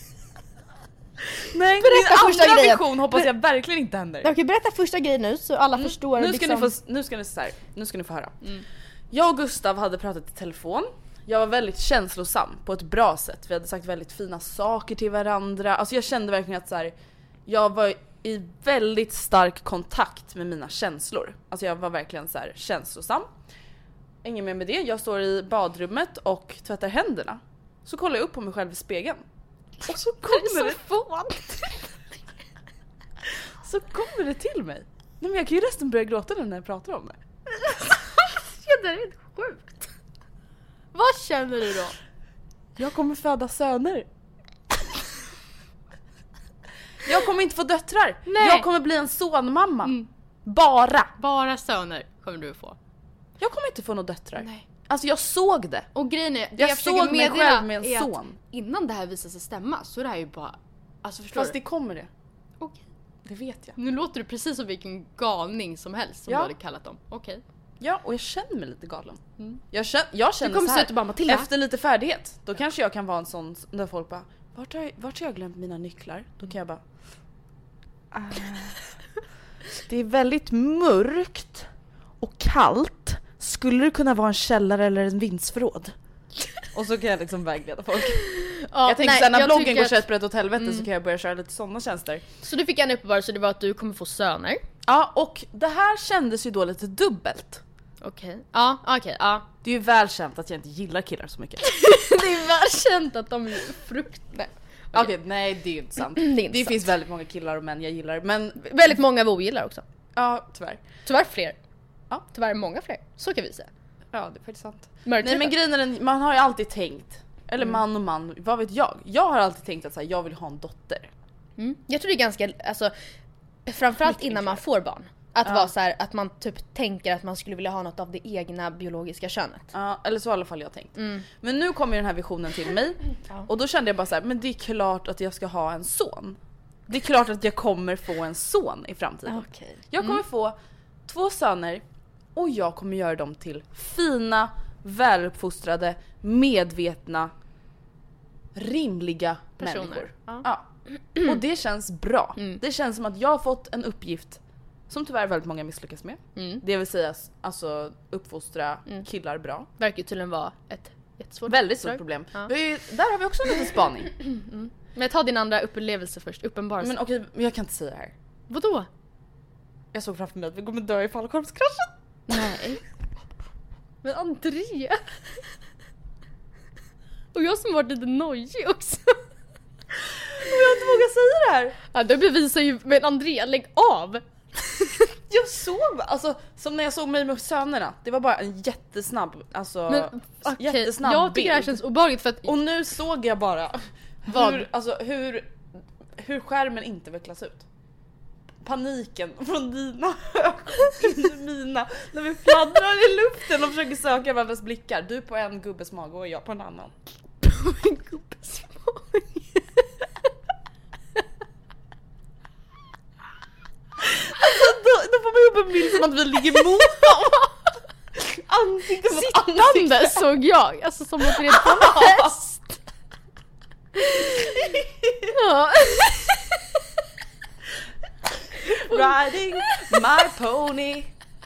Nej, berätta min andra vision hoppas jag verkligen inte händer. Okej, berätta första grejen nu så alla förstår. Nu ska ni få höra. Jag och Gustav hade pratat i telefon. Jag var väldigt känslosam på ett bra sätt. Vi hade sagt väldigt fina saker till varandra. Alltså jag kände verkligen att så här, jag var i väldigt stark kontakt med mina känslor. Alltså jag var verkligen så här känslosam. Ingen mer med det. Jag står i badrummet och tvättar händerna. Så kollar jag upp på mig själv i spegeln. Och så kommer det så kommer det till mig. Nej, men jag kan ju resten börja gråta nu när jag pratar om det. Det är helt sjukt. Vad känner du då? Jag kommer föda söner. Jag kommer inte få döttrar. Nej. Jag kommer bli en sonmamma. Bara söner kommer du få. Jag kommer inte få några döttrar. Nej. Alltså jag såg det. Och grejen är, jag såg mig själv med en son. Innan det här visar sig stämma så är det här ju bara, alltså förstår Fast det kommer det. Okej. Det vet jag. Nu låter du precis som vilken galning som helst som du hade kallat dem. Okej. Ja, och jag känner mig lite galen. Jag känner kommer så se ut att bara Matilda. efter lite färdighet, då kanske jag kan vara en sån där folk bara, vart har jag glömt mina nycklar? Då kan jag bara det är väldigt mörkt och kallt. Skulle det kunna vara en källare eller en vindsförråd? Och så kan jag liksom vägleda folk. Ja, jag tänkte när bloggen går att... kättbrett åt helvete så kan jag börja köra lite sådana tjänster. Så du fick en uppenbarelse, det var att du kommer få söner. Ja, och det här kändes ju då lite dubbelt. Okej. Ja, okej. Ja. Det är ju väl känt att jag inte gillar killar så mycket. Det är väl känt att de är fruktna. Okej, nej det är ju inte sant. Det finns väldigt många killar och män jag gillar, men väldigt många vi ogillar också. ja, tyvärr. Tyvärr fler. Ja. Tyvärr många fler. Så kan vi säga. Ja, det är faktiskt sant. Mörkret. Nej, men grejen är, man har ju alltid tänkt, eller man och man, vad vet jag? Jag har alltid tänkt att så här, jag vill ha en dotter. Jag tror det är ganska, alltså framförallt innan man får barn. Att vara så här, att man typ tänker att man skulle vilja ha något av det egna biologiska könet. Ja, eller så i alla fall jag tänkt. Men nu kommer ju den här visionen till mig. Och då kände jag bara så här, men det är klart att jag ska ha en son. Det är klart att jag kommer få en son i framtiden. Okej. Jag kommer få 2 söner och jag kommer göra dem till fina, väluppfostrade, medvetna, rimliga personer. människor. Ja. Och det känns bra. Det känns som att jag har fått en uppgift som tyvärr väldigt många misslyckas med. Det vill säga alltså uppfostra killar bra. Verkar tydligen vara ett svårt Väldigt stort problem. Ja. Där har vi också en liten spaning. Men ta din andra upplevelse först, uppenbarelse. Men okej, jag kan inte säga det här. Vadå? Jag såg framför mig att vi kommer dö i fallskärmskraschen. Nej. Men Andrea. Och jag som varit lite nojig också. Och jag har inte vågat säga det här. Ja, det bevisar ju, men Andrea, lägg av. Jag såg, alltså som när jag såg mig med sönerna. Det var bara en jättesnabb, alltså Men, jättesnabb jag tycker det här bild. känns obehagligt för att... Och nu såg jag bara hur skärmen inte vecklas ut. Paniken från dina ögon in i mina när vi fladdrar i luften och försöker söka varandras blickar. Du på en gubbes mage och jag på en annan. På en gubbes mage. Då får man ju upp en bild som att vi ligger mot dem. Ansikte mot ansikte. Sittande såg jag, alltså som att red på en häst. Ja. Riding my pony.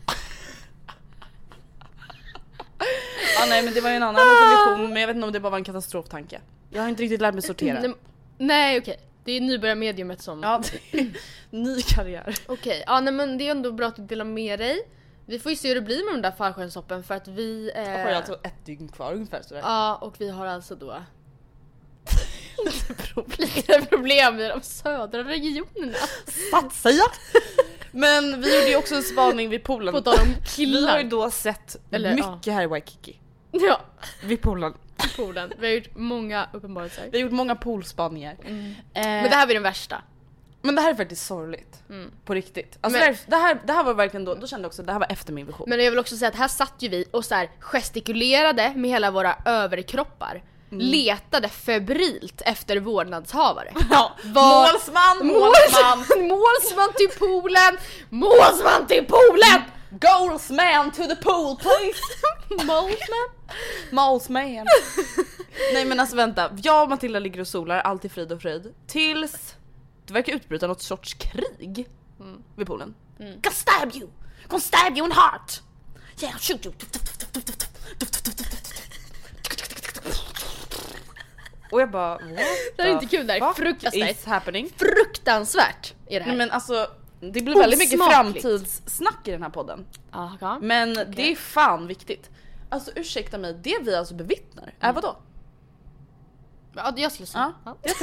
Nej, men det var ju en annan vision, men jag vet inte om det bara var en katastroftanke. Jag har inte riktigt lärt mig sortera. Nej, okej. Det är nybörjarmediumet som... Ja, ny karriär. Okej, ja nej, men det är ändå bra att du delar med dig. Vi får ju se hur det blir med de där fallskärmshoppen för att vi... Jag har ju alltså 1 dygn kvar ungefär sådär. Ja, och vi har alltså då... lite problem i de södra regionerna. Satsa jag! Men vi gjorde ju också en spaning vid poolen. På tal om killar. Vi har ju då sett mycket här i Waikiki. Ja, Vid poolen. poolen. Vi har gjort många uppenbarelser. Vi har gjort många poolspaningar. Men det här var den värsta. Men det här är faktiskt sorgligt. På riktigt. Alltså Men- det här var verkligen då kände jag också att det här var efter min vision. Men jag vill också säga att här satt ju vi och så här gestikulerade med hela våra överkroppar. Letade febrilt efter vårdnadshavare. Ja, Målsman till poolen! Målsman till poolen! Goalsman to the pool please! Målsman. Nej men alltså vänta, jag och Matilda ligger och solar, allt i frid och fröjd. Tills det verkar utbryta något sorts krig vid poolen. Gonna stab you in heart. Yeah, shoot you. Och jag bara, what Det är inte kul, det är fruktansvärt. is happening? Fruktansvärt är det här. Nej, men alltså, det blir väldigt mycket Osmakligt. framtidssnack i den här podden. Aha. Men det är fan viktigt. Alltså ursäkta mig, det vi alltså bevittnar är vadå? Ja, jag skulle säga. Ja. Jag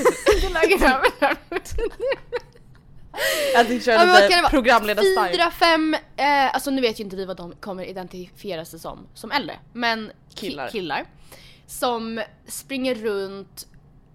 tänkte köra lite programledarstark. 4-5, alltså nu vet ju inte vi vad de kommer identifiera sig som äldre. Men killar som springer runt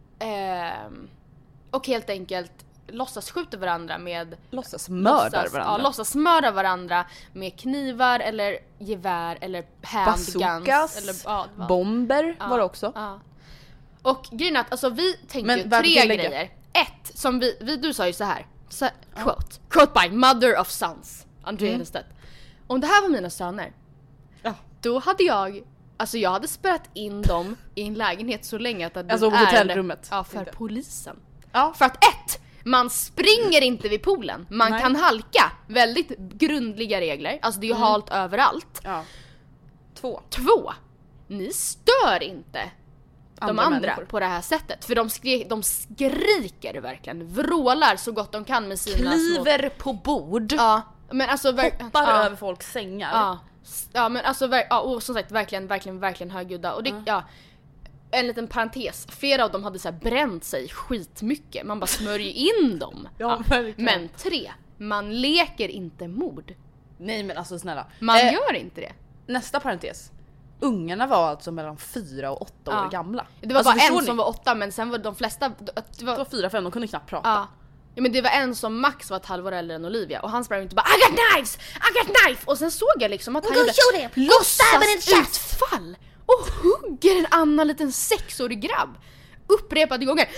och helt enkelt låtsas skjuta varandra med... Låtsas mörda varandra med knivar eller gevär eller handguns. Bazookas, eller, bomber var det också. Ja. Och grejen är att alltså, vi tänkte Men ju varför 3 tillägga? grejer. 1, som du sa ju så här. Quote by Mother of Sons, Andrea Hedstedt. Om det här var mina söner, Då hade jag hade spärrat in dem i en lägenhet så länge att alltså hotellrummet. Ja, för polisen. Ja. För att man springer inte vid poolen. Man kan halka. Väldigt grundliga regler. Alltså det är ju halt överallt. Ja. 2. Ni stör inte de andra på det här sättet. För de skriker verkligen. Vrålar så gott de kan med sina kliver på bord. Ja. Men alltså hoppar över folks sängar. Ja, men alltså och som sagt verkligen högljudda. Och det, en liten parentes. Flera av dem hade så här bränt sig skitmycket. Man bara smörjer in dem. Men 3. Man leker inte mord. Nej men alltså snälla. Man gör inte det. Nästa parentes. Ungarna var alltså mellan 4 och 8 år gamla. Det var alltså, bara en som var 8, men sen var de flesta... Det var 4-5, de kunde knappt prata. Ja, men det var en som max var ett halvår äldre än Olivia. Och han sprang inte bara I got knife! Och sen såg jag liksom att han gjorde låtsasutfall. Och hugger en annan liten 6-årig grabb. Upprepade gånger.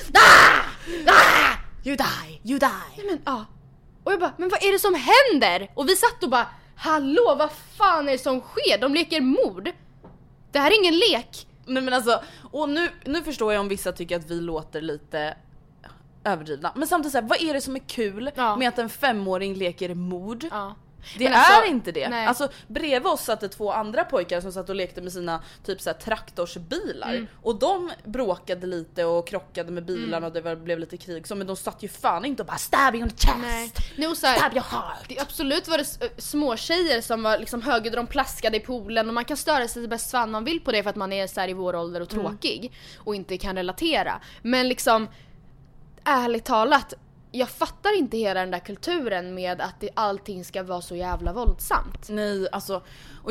You die. Men, och jag bara, men vad är det som händer? Och vi satt och bara, hallå, vad fan är det som sker? De leker mord. Det här är ingen lek. Nej men alltså, och nu förstår jag om vissa tycker att vi låter lite överdrivna. Men samtidigt så här, vad är det som är kul med att en 5-åring leker mord? Det men är alltså, inte det. Nej. Alltså bredvid oss satt det 2 andra pojkar som satt och lekte med sina typ så här traktorsbilar. Och de bråkade lite och krockade med bilarna och det blev lite krig. Så, men de satt ju fan inte och bara stab you on the chest. Nej. Stab your heart. Det absolut var det små tjejer som var liksom högre, de plaskade i poolen. Och man kan störa sig bäst fan man vill på det för att man är så här i vår ålder och tråkig. Och inte kan relatera. Men liksom, ärligt talat, jag fattar inte hela den där kulturen med att allting ska vara så jävla våldsamt. Nej, alltså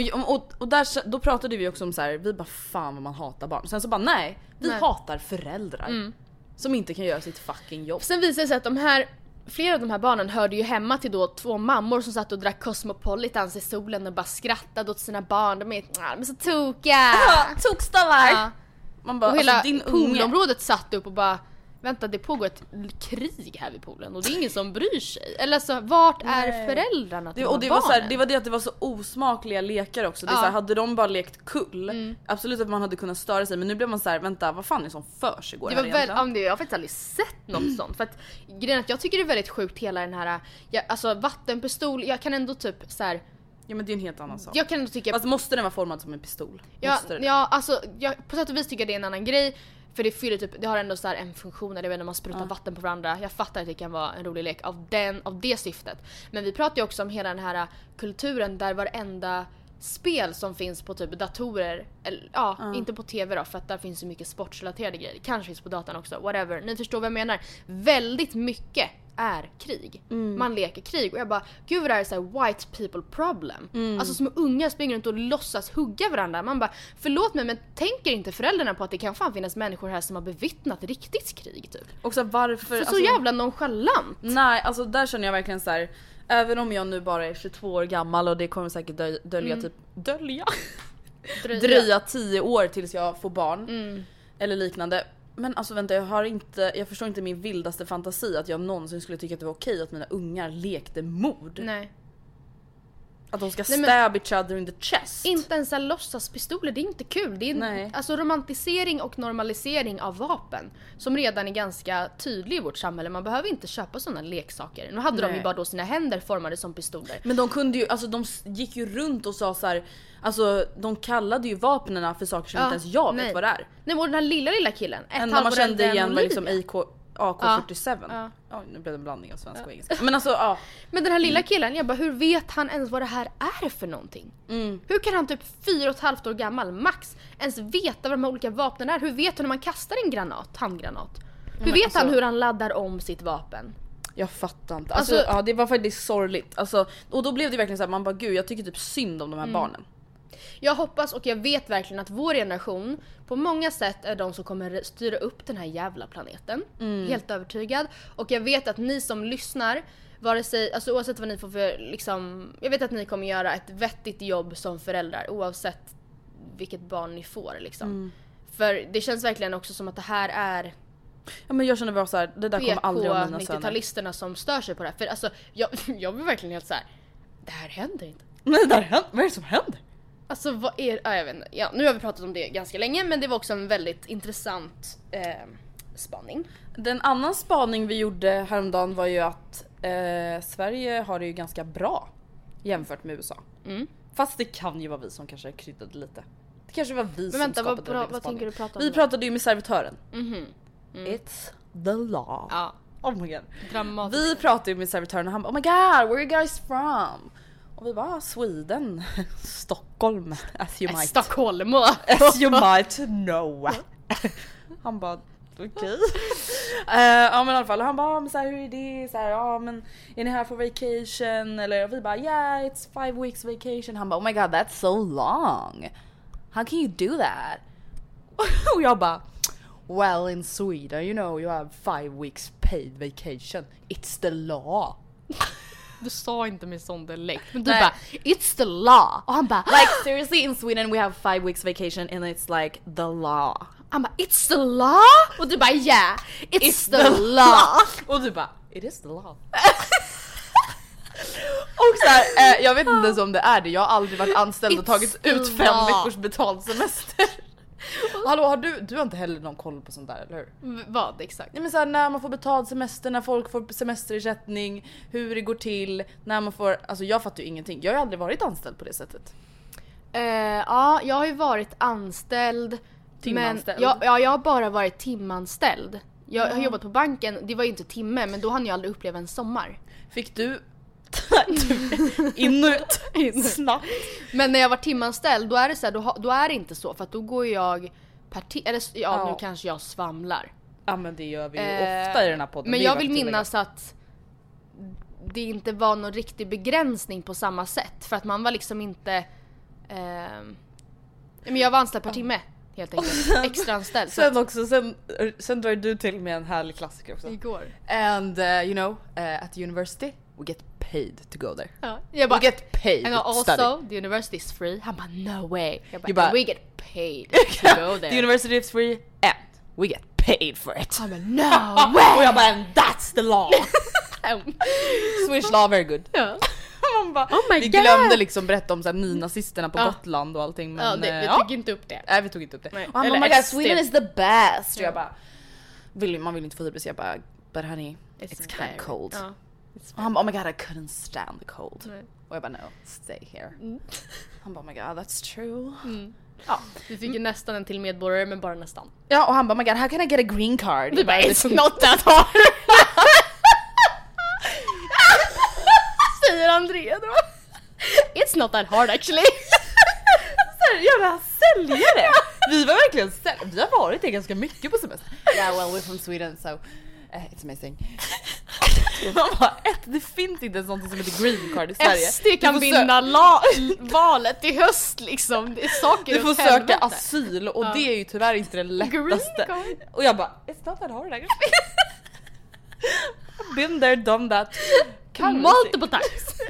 och där, då pratade vi också om så här, vi bara fan vad man hatar barn. Sen så bara nej, vi hatar föräldrar som inte kan göra sitt fucking jobb. Sen visade det sig att flera av de här barnen hörde ju hemma till då 2 mammor som satt och drack Cosmopolitans i solen och bara skrattade åt sina barn. De är så tokiga. Tokstollar. Man bara, och hela poolområdet satt upp och bara, vänta, det pågår ett krig här vid poolen och det är ingen som bryr sig. Eller så, vart är föräldrarna till och det var så här, det var det att det var så osmakliga lekar också. Det är så här, hade de bara lekt kull, absolut att man hade kunnat störa sig, men nu blev man så här, vänta, vad fan är det som försiggår här egentligen? Jag har faktiskt aldrig sett något sånt. För att grejen att jag tycker det är väldigt sjukt hela den här, alltså vattenpistol, jag kan ändå typ så här. Ja men det är en helt annan sak. Jag kan ändå tycka, alltså måste den vara formad som en pistol? Alltså jag på sätt och vis tycker det är en annan grej. För det fyller typ, det har ändå så här en funktion där det när man sprutar vatten på varandra. Jag fattar att det kan vara en rolig lek av det syftet. Men vi pratar ju också om hela den här kulturen där varenda spel som finns på typ datorer, eller, inte på tv då, för att där finns så mycket sportsrelaterade grejer. Kanske finns på datan också, whatever. Ni förstår vad jag menar. Väldigt mycket är krig. Man leker krig och jag bara, gud vad det här är så här white people problem. Alltså små unga springer runt och låtsas hugga varandra. Man bara, förlåt mig, men tänker inte föräldrarna på att det kan fan finnas människor här som har bevittnat riktigt krig typ? Och så varför, så jävla nonchalant. Nej, alltså där känner jag verkligen så här, även om jag nu bara är 22 år gammal och det kommer säkert dröja 10 år tills jag får barn eller liknande. Men alltså vänta, jag förstår inte min vildaste fantasi att jag någonsin skulle tycka att det var okej att mina ungar lekte mord. Nej. Att de ska stab each other in the chest. Inte ens låtsaspistoler, det är inte kul. Det är alltså romantisering och normalisering av vapen som redan är ganska tydlig i vårt samhälle. Man behöver inte köpa sådana leksaker. Nu hade de ju bara då sina händer formade som pistoler. Men de kunde ju, alltså de gick ju runt och sa så här, alltså de kallade ju vapnen för saker som inte ens jag vet vad det är. Nej, och den här lilla killen, enda man kände igen var liksom AK-47. Ja, nu blev det en blandning av svenska och engelska. Men alltså, Men den här lilla killen, jag bara, hur vet han ens vad det här är för någonting? Hur kan han typ 4,5 år gammal, max, ens veta vad de här olika vapnen är? Hur vet han när man kastar en handgranat? Hur vet han hur han laddar om sitt vapen? Jag fattar inte. Alltså, det var faktiskt sorgligt. Alltså, och då blev det verkligen så här, man bara, gud, jag tycker typ synd om de här barnen. Jag hoppas och jag vet verkligen att vår generation på många sätt är de som kommer styra upp den här jävla planeten. Helt övertygad. Och jag vet att ni som lyssnar, vare sig, alltså oavsett vad ni får för liksom, jag vet att ni kommer göra ett vettigt jobb som föräldrar oavsett vilket barn ni får liksom. För det känns verkligen också som att det här är, ja, men jag känner bara så här, det där kommer aldrig om mina söner. 90-talisterna som stör sig på det här. För alltså, jag blir verkligen helt så här, det här händer inte. Nej, vad är det som händer? Alltså vad är jag vet inte. Ja, nu har vi pratat om det ganska länge, men det var också en väldigt intressant spaning. Den annan spaning vi gjorde häromdagen var ju att Sverige har det ju ganska bra jämfört med USA. Fast det kan ju vara vi som kanske kryddade lite. Det kanske var vi som skapade den. Vad tänker du prata om? Vi pratade ju med servitören. It's the law. Ja. Oh my god. Dramatiskt. Vi pratade ju med servitören och han bara, oh my god, where are you guys from? Och vi bara, Sweden, Stockholm, as you might. Stockholm. As you might know. Han bara, okej. Ja men i alla fall, han bara, men så här, hur är det? Så här, ja men är ni här för vacation? Eller vi bara, yeah, it's 5 weeks vacation. Han bara, oh my god, that's so long. How can you do that? Och jag bara, well in Sweden, you know, you have 5 weeks paid vacation. It's the law. Du sa inte med sån dialekt, men du bara, it's the law. Och han bara, like seriously, in Sweden we have 5 weeks vacation and it's like the law. Han bara, it's the law? Och du bara, yeah, it's the law. Och du bara, it is the law. Och så här, jag vet inte ens om det är det. Jag har aldrig varit anställd och tagit ut 5 veckors betald semester. Hallå, har du har inte heller någon koll på sånt där, eller hur? Vad exakt? Nej, men så här, när man får betald semester, när folk får semesterersättning, hur det går till, när man får, alltså jag fattar ju ingenting. Jag har aldrig varit anställd på det sättet. Ja, jag har ju varit anställd. Timanställd? Men jag har bara varit timanställd. Jag har jobbat på banken, det var ju inte timme, men då hann jag aldrig uppleva en sommar. Fick du in och ut snabbt? Men när jag var timanställd, då är det så här, då är det inte så, för att då går jag per nu kanske jag svamlar. Ja, men det gör vi ju ofta i den här podden. Men jag vill minnas att det inte var någon riktig begränsning på samma sätt, för att man var liksom inte men jag var anställd per timme helt enkelt, extra anställd. Sen drar du till med en härlig klassiker också. Igår. And you know, at the university we get paid to go there. Ja, jag bara, we get paid and to also study. the university is free. Han bara, no way. Jag bara, we get paid to go there. The university is free and we get paid for it. Han bara, no way. Och jag bara, and that's the law. Swedish law, very good. Ja. Man bara, oh my vi God. glömde liksom berätta om så här, nynazisterna på Gotland och allting, men vi tog inte upp det. Nej, vi tog inte upp det. Nej. Och han bara, oh my God, Sweden is the best. Och jag bara, man vill inte få hybris. Jag bara, but honey, it's kind of cold. Och han bara, oh my God, I couldn't stand the cold. Nej. Och jag bara, no, stay here. Han bara, oh my God, that's true. Ja, vi fick ju nästan en till medborgare, men bara nästan. Ja, och han bara, oh my God, how can I get a green card? Du bara, it's not that hard. Säger Andrea då. It's not that hard actually. Jävla säljare. Vi var verkligen säljare. Vi har varit det ganska mycket på semester. Yeah, well, we're from Sweden, so it's amazing. Det finns inte sånt som heter green card i Sverige. SD kan vinna valet i höst liksom. Det är saker. Du får söka asyl och det är ju tyvärr inte det lättaste. Och jag bara, it's not that hard actually. I've been there, done that. Multiple times.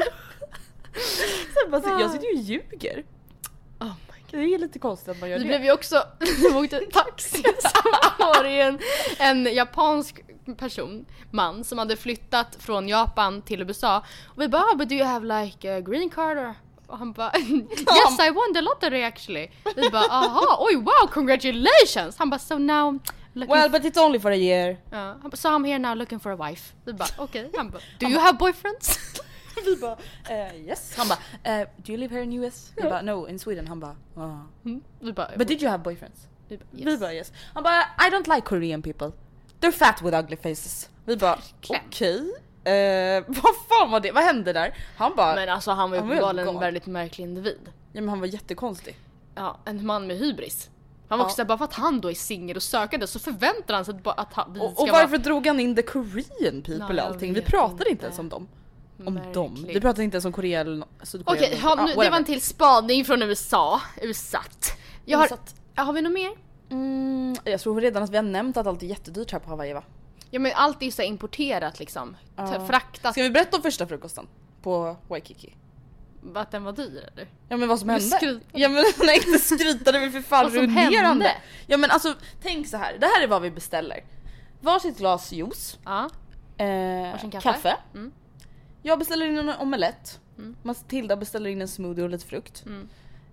Jag sitter ju och ljuger. Oh my God. Det är lite konstigt att man gör det. Det blev ju också, vi åkte taxi, så var det en japansk man som hade flyttat från Japan till USA. Och vi bara, but do you have like a green card? Och han bara, yes, I won the lottery actually. Vi bara, aha, oj wow, congratulations. Han bara, so now well, but it's only for a year. Ja, han bara, so I'm here now looking for a wife. Vi bara, okej. Han bara, do you have boyfriends? Vi bara, yes. Han bara, do you live here in US? Vi bara, no, in Sweden. Han bara, Vi bara, but did you have boyfriends? Yes. Vi bara, yes. Han bara, I don't like Korean people. They're fat with ugly faces. Vi bara, okej. Vad fan var det? Vad hände där? Han bara, men alltså han var ju uppenbarligen en väldigt märklig individ. Ja, men han var jättekonstig. Ja, en man med hybris. Han var också bara för att han då är singel och sökande så förväntar han sig att vi ska och varför drog han in the Korean people och allting? Vi pratade inte ens om dem. Dem. Vi pratade inte ens om Korea eller Sydkorea. Okej, det var en till spaning från USA. Har vi något mer? Jag tror redan att vi har nämnt att allt är jättedyrt här på Hawaii, va? Ja, men allt är ju så importerat liksom. Fraktat. Ska vi berätta om första frukosten på Waikiki? Att den var dyr eller? Ja, men vad som hände? Ja, men nej, inte skryta, det är väl för fan ruinerande. Ja, men alltså, tänk så här. Det här är vad vi beställer. Varsitt glas juice. Ja. Varsin kaffe. Jag beställer in en omelett. Matilda beställer in en smoothie och lite frukt.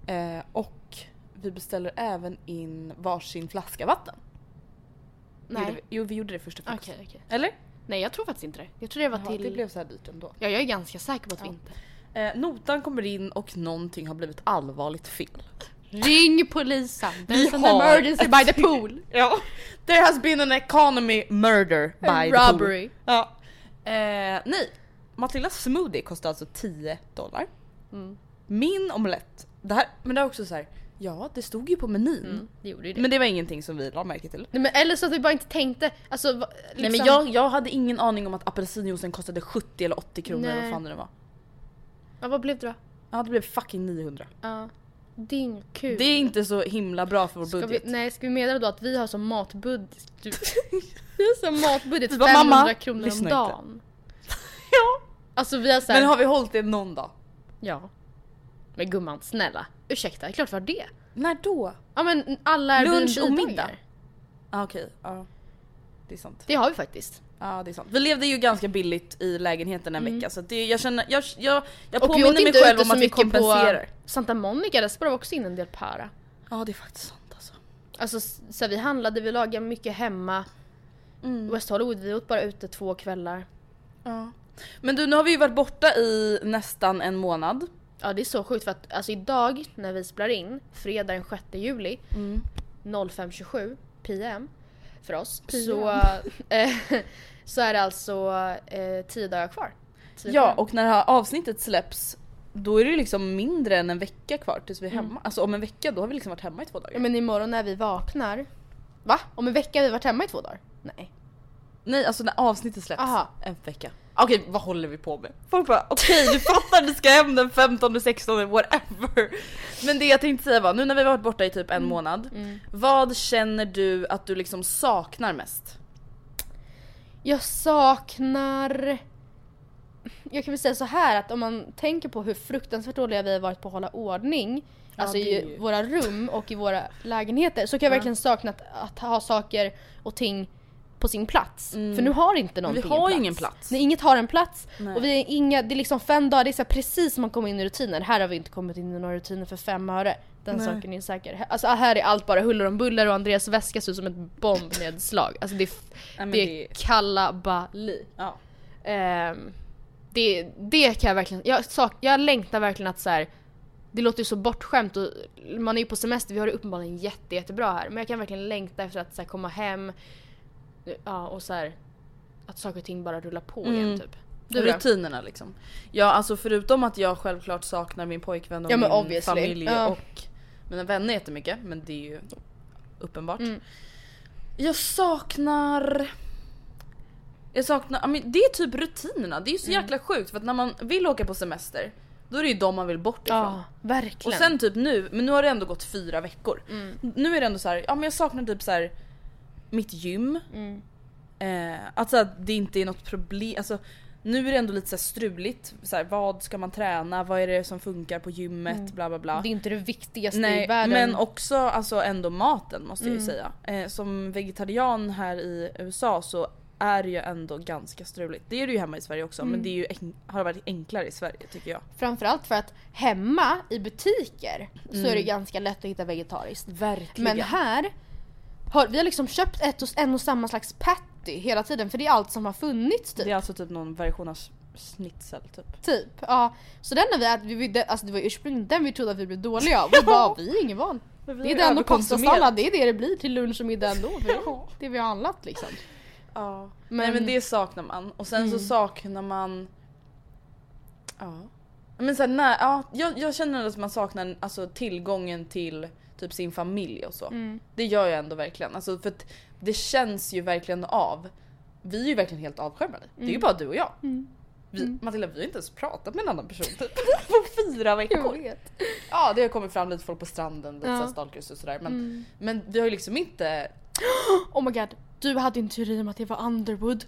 Och vi beställer även in varsin flaska vatten. Nej. Vi gjorde det första frukost. Okej. Eller? Nej, jag tror faktiskt inte det. Jag tror det var till... Det blev så här dyrt ändå. Ja, jag är ganska säker på att vi inte... Notan kommer in och någonting har blivit allvarligt fel. Ring polisen. There's an emergency by the pool. Ja. There has been an economy murder by the robbery. pool. Ja. Nej. Matildas smoothie kostar alltså $10. Min omelett. Men det är också så här. Ja, det stod ju på menyn. Det gjorde ju det. Men det var ingenting som vi la märke till. Nej, men eller så att vi bara inte tänkte. Alltså, liksom... Nej, men jag hade ingen aning om att apelsinjuicen kostade 70 eller 80 kronor. Eller vad fan det var. Ja, vad blev det då? Ja, det blev fucking 900. Ja. Det är inget kul. Det är inte så himla bra för vår budget. Ska vi meddela då att vi har som matbudget? Vi har som matbudget 500 mamma, kronor om dagen. Ja. Alltså vi har så här... Men har vi hållit det någon dag? Ja. Men gumman, snälla. Ursäkta, klart var det. När då? Ja, men alla lunch och middag. middagar. Okej. Ja. Det är sant. Det har vi faktiskt. Ja, det är sant. Vi levde ju ganska billigt i lägenheten en vecka, så det, jag känner jag och påminner mig själv om att vi kompenserar. På Santa Monica, där sparar vi också in en del para. Ja, det är faktiskt sant alltså så vi handlade, vi lagade mycket hemma. West Hollywood, vi åt bara ute 2 kvällar. Ja. Men du, nu har vi ju varit borta i nästan en månad. Ja, det är så sjukt för att alltså idag när vi spelar in, fredag den 6 juli 05:27 PM för oss, så är det alltså 10 dagar kvar. 10 ja, och när det här avsnittet släpps, då är det liksom mindre än en vecka kvar tills vi är hemma. Alltså om en vecka, då har vi liksom varit hemma i 2 dagar. Ja, men imorgon när vi vaknar... Va? Om en vecka har vi varit hemma i 2 dagar? Nej, alltså när avsnittet släpps. Aha. En vecka. Okej, vad håller vi på med? Folk bara, okej, du fattar, du ska hem den 15, 16, whatever. Men det jag tänkte säga var, nu när vi har varit borta i typ en månad, vad känner du att du liksom saknar mest? Jag saknar... Jag kan väl säga så här att om man tänker på hur fruktansvärt dåliga vi har varit på att hålla ordning, alltså i våra rum och i våra lägenheter, så kan jag verkligen sakna att ha saker och ting på sin plats. För nu har inte någonting vi har en plats. Ingen plats. Nej, inget har en plats. Nej. Och vi är inga, det är liksom 5 dagar, det är så precis som man kommer in i rutiner. Här har vi inte kommit in i några rutiner för 5 öre. Den saken är säker. Alltså här är allt bara huller om buller och Andreas väska ser ut som ett bombnedslag. Alltså det är kalabalik. Ja. Det kan jag verkligen... Jag längtar verkligen att så här, det låter ju så bortskämt och man är ju på semester, vi har det uppenbarligen jättebra här. Men jag kan verkligen längta efter att så här, komma hem. Ja, och så här, att saker och ting bara rullar på igen typ. Rutinerna liksom. Ja, alltså förutom att jag självklart saknar min pojkvän och min familj och mina vänner jättemycket, men det är ju uppenbart. Jag saknar, det är typ rutinerna. Det är ju så jäkla sjukt för att när man vill åka på semester, då är det ju de man vill bort ifrån. Ja, verkligen. Och sen typ nu, men nu har det ändå gått 4 veckor. Nu är det ändå så här, ja men jag saknar typ så här mitt gym. Alltså att det inte är något problem. Alltså nu är det ändå lite så här struligt. Så här, vad ska man träna? Vad är det som funkar på gymmet? Bla bla bla. Det är inte det viktigaste i världen. Men också alltså ändå maten måste jag ju säga. Som vegetarian här i USA så är det ju ändå ganska struligt. Det är det ju hemma i Sverige också, men det är ju har varit enklare i Sverige tycker jag. Framförallt för att hemma i butiker så är det ganska lätt att hitta vegetariskt. Verkligen. Men här vi har liksom köpt en och samma slags patty hela tiden, för det är allt som har funnits typ. Det är alltså typ någon version av schnitzel typ. Ja. Så den har alltså det var ursprungligen den vi trodde att vi blev dåliga av. Vi är ingen van. Det är den och pastasallad, det är det blir till lunch och middag ändå. Det vi har handlat liksom. Ja. Men det saknar man. Och sen så saknar man... Ja. Men sen jag känner att man saknar alltså tillgången till typ sin familj och så. Det gör jag ändå verkligen. Alltså för att det känns ju verkligen av. Vi är ju verkligen helt avskärmade. Det är ju bara du och jag. Matilda, vi har inte ens pratat med en annan person typ på 4 veckor. Ja, det har kommit fram lite folk på stranden, lite så stalkers och sådär. Men vi har ju liksom inte... Oh my god, du hade en teori om att det var Underwood.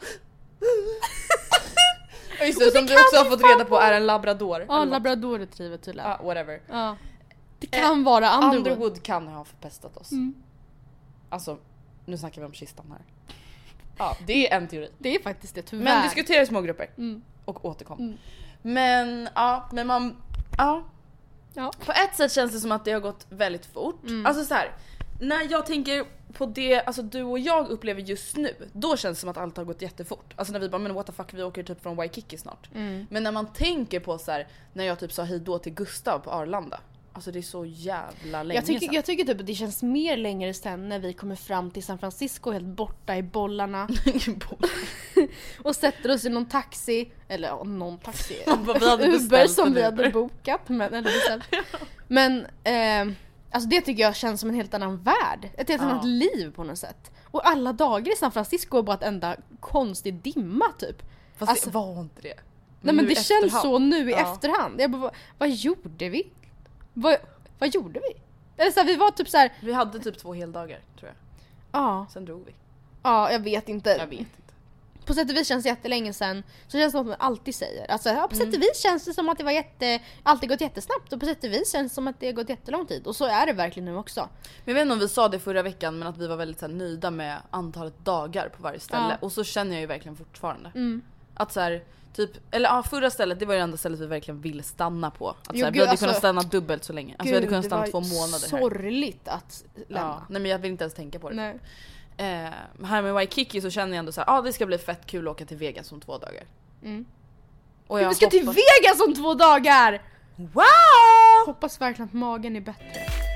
Just det, som du också har fått reda på är en labrador. Ja, labrador retriever tydligen. Ja, whatever. Ja. Det kan vara Underwood. Underwood kan ha förpestat oss. Alltså, nu snackar vi om kistan här. Ja, det är en teori. Det är faktiskt det, tyvärr. Men diskutera i små grupper. Och återkom. Men, ja, men man... Ja. Ja. På ett sätt känns det som att det har gått väldigt fort. Alltså så här, när jag tänker på det, alltså du och jag upplever just nu, då känns det som att allt har gått jättefort. Alltså när vi bara, men what the fuck, vi åker typ från Waikiki snart. Men när man tänker på så här, när jag typ sa hej då till Gustav på Arlanda. Alltså det är så jävla länge sedan. Jag tycker typ att det känns mer längre sen när vi kommer fram till San Francisco helt borta i bollarna. Och sätter oss i någon taxi. Eller någon taxi. Uber som vi hade bokat. Men alltså det tycker jag känns som en helt annan värld. Ett helt annat liv på något sätt. Och alla dagar i San Francisco är bara ett enda konstig dimma typ. Fast alltså, det var inte det. Nej men det känns så nu i efterhand. Jag bara, vad gjorde vi? Vad gjorde vi? Eller så här, vi var typ så här. Vi hade typ 2 heldagar tror jag. Ja. Sen drog vi. Ja, jag vet inte. På sätt och vis känns det jättelänge sen. Så känns det som att man alltid säger. Alltså på sätt och vis känns det som att det var alltid gått jättesnabbt. Och på sätt och vis känns det som att det har gått jättelång tid. Och så är det verkligen nu också. Men jag vet inte om vi sa det förra veckan, men att vi var väldigt så här, nöjda med antalet dagar på varje ställe. Och så känner jag ju verkligen fortfarande. Att så här, typ, eller förra stället, det var det enda stället vi verkligen ville stanna på. Att, så här, vi hade kunnat stanna dubbelt så länge. Alltså vi hade kunnat stanna 2 månader här. Sorgligt att lämna. Nej men jag vill inte ens tänka på det. Nej. Här med Waikiki så känner jag ändå så här, det ska bli fett kul att åka till Vegas om 2 dagar. Och vi ska till Vegas om 2 dagar! Wow! Hoppas verkligen att magen är bättre.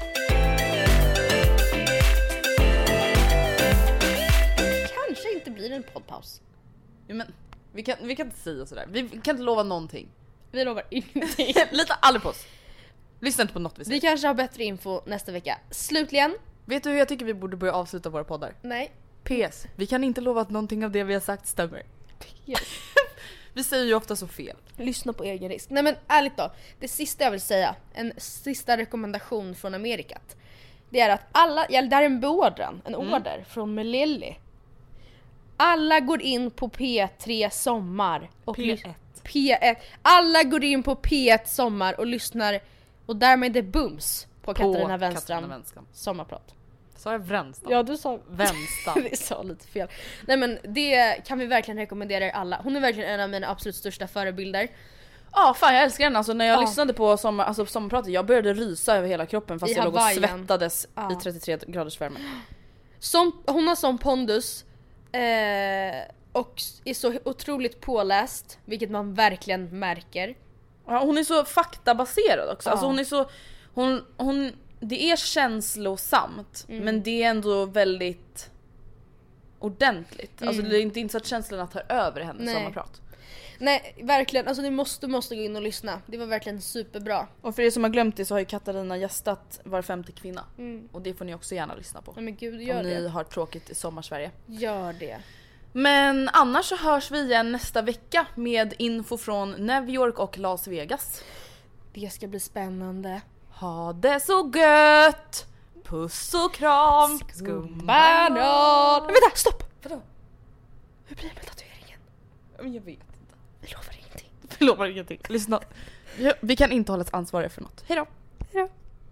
Kanske inte blir en poddpaus. Ja, men vi kan inte säga sådär. Vi kan inte lova någonting. Vi lovar ingenting. Lita aldrig på oss. Lyssna inte på något vi säger. Vi kanske har bättre info nästa vecka. Slutligen. Vet du hur jag tycker vi borde börja avsluta våra poddar? Nej. PS. Vi kan inte lova att någonting av det vi har sagt stämmer. PS. Vi säger ju ofta så fel. Lyssna på egen risk. Nej men ärligt då. Det sista jag vill säga. En sista rekommendation från Amerikat. Det är att alla, det är en beordran. En order från Melilli. Alla går in på P3 Sommar. Och P1. Alla går in på P1 Sommar och lyssnar. Och därmed är bums på Katarina Wenstrand sommarprat. Sa jag Wrenstam? Ja, du sa Wrenstam. Det sa lite fel. Nej men det kan vi verkligen rekommendera er alla. Hon är verkligen en av mina absolut största förebilder. Ja, fan jag älskar henne. Alltså när jag lyssnade på sommarpratet, jag började rysa över hela kroppen fast jag låg och svettades i 33 graders värme. Hon har sån pondus och är så otroligt påläst, vilket man verkligen märker. Ja, hon är så faktabaserad också. Alltså hon är så det är känslosamt, men det är ändå väldigt ordentligt. Alltså det är inte så att känslorna tar över hennes sommarprat. Nej, verkligen. Alltså ni måste gå in och lyssna. Det var verkligen superbra. Och för er som har glömt det så har ju Katarina gästat Var 5:e kvinna. Och det får ni också gärna lyssna på. Nej, men gud, gör om det. ni har tråkigt i sommarsverige. Gör det. Men annars så hörs vi igen nästa vecka med info från New York och Las Vegas. Det ska bli spännande. Ha det så gött! Puss och kram! Skumbanan! Men vänta, stopp! Vadå? Hur blir det med tatueringen? Men jag vet inte. Vi lovar ingenting. Vi lovar ingenting. Lyssna. Vi kan inte hållas ansvariga för något. Hej då! Hej då!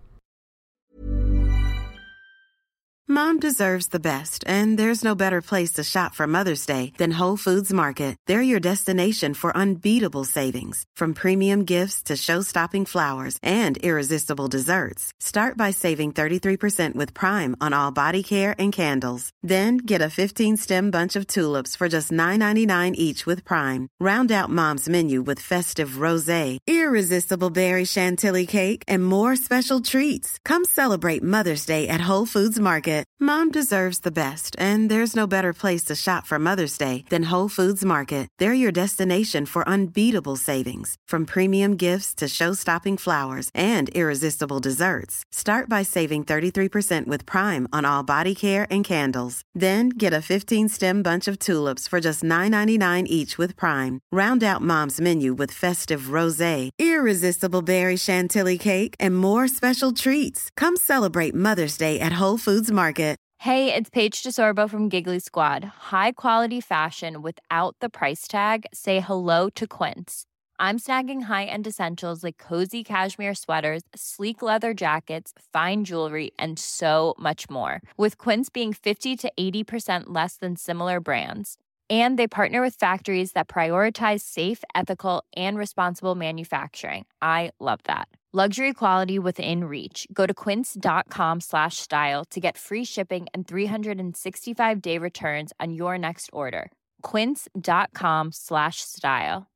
Mom deserves the best, and there's no better place to shop for Mother's Day than Whole Foods Market. They're your destination for unbeatable savings, from premium gifts to show-stopping flowers and irresistible desserts. Start by saving 33% with Prime on all body care and candles. Then get a 15-stem bunch of tulips for just $9.99 each with Prime. Round out Mom's menu with festive rosé, irresistible berry chantilly cake, and more special treats. Come celebrate Mother's Day at Whole Foods Market. Mom deserves the best, and there's no better place to shop for Mother's Day than Whole Foods Market. They're your destination for unbeatable savings, from premium gifts to show-stopping flowers and irresistible desserts. Start by saving 33% with Prime on all body care and candles. Then get a 15-stem bunch of tulips for just $9.99 each with Prime. Round out Mom's menu with festive rosé, irresistible berry chantilly cake, and more special treats. Come celebrate Mother's Day at Whole Foods Market. Hey, it's Paige DeSorbo from Giggly Squad. High quality fashion without the price tag. Say hello to Quince. I'm snagging high-end essentials like cozy cashmere sweaters, sleek leather jackets, fine jewelry, and so much more. With Quince being 50 to 80% less than similar brands. And they partner with factories that prioritize safe, ethical, and responsible manufacturing. I love that. Luxury quality within reach. Go to quince.com/style to get free shipping and 365-day returns on your next order. Quince.com/style.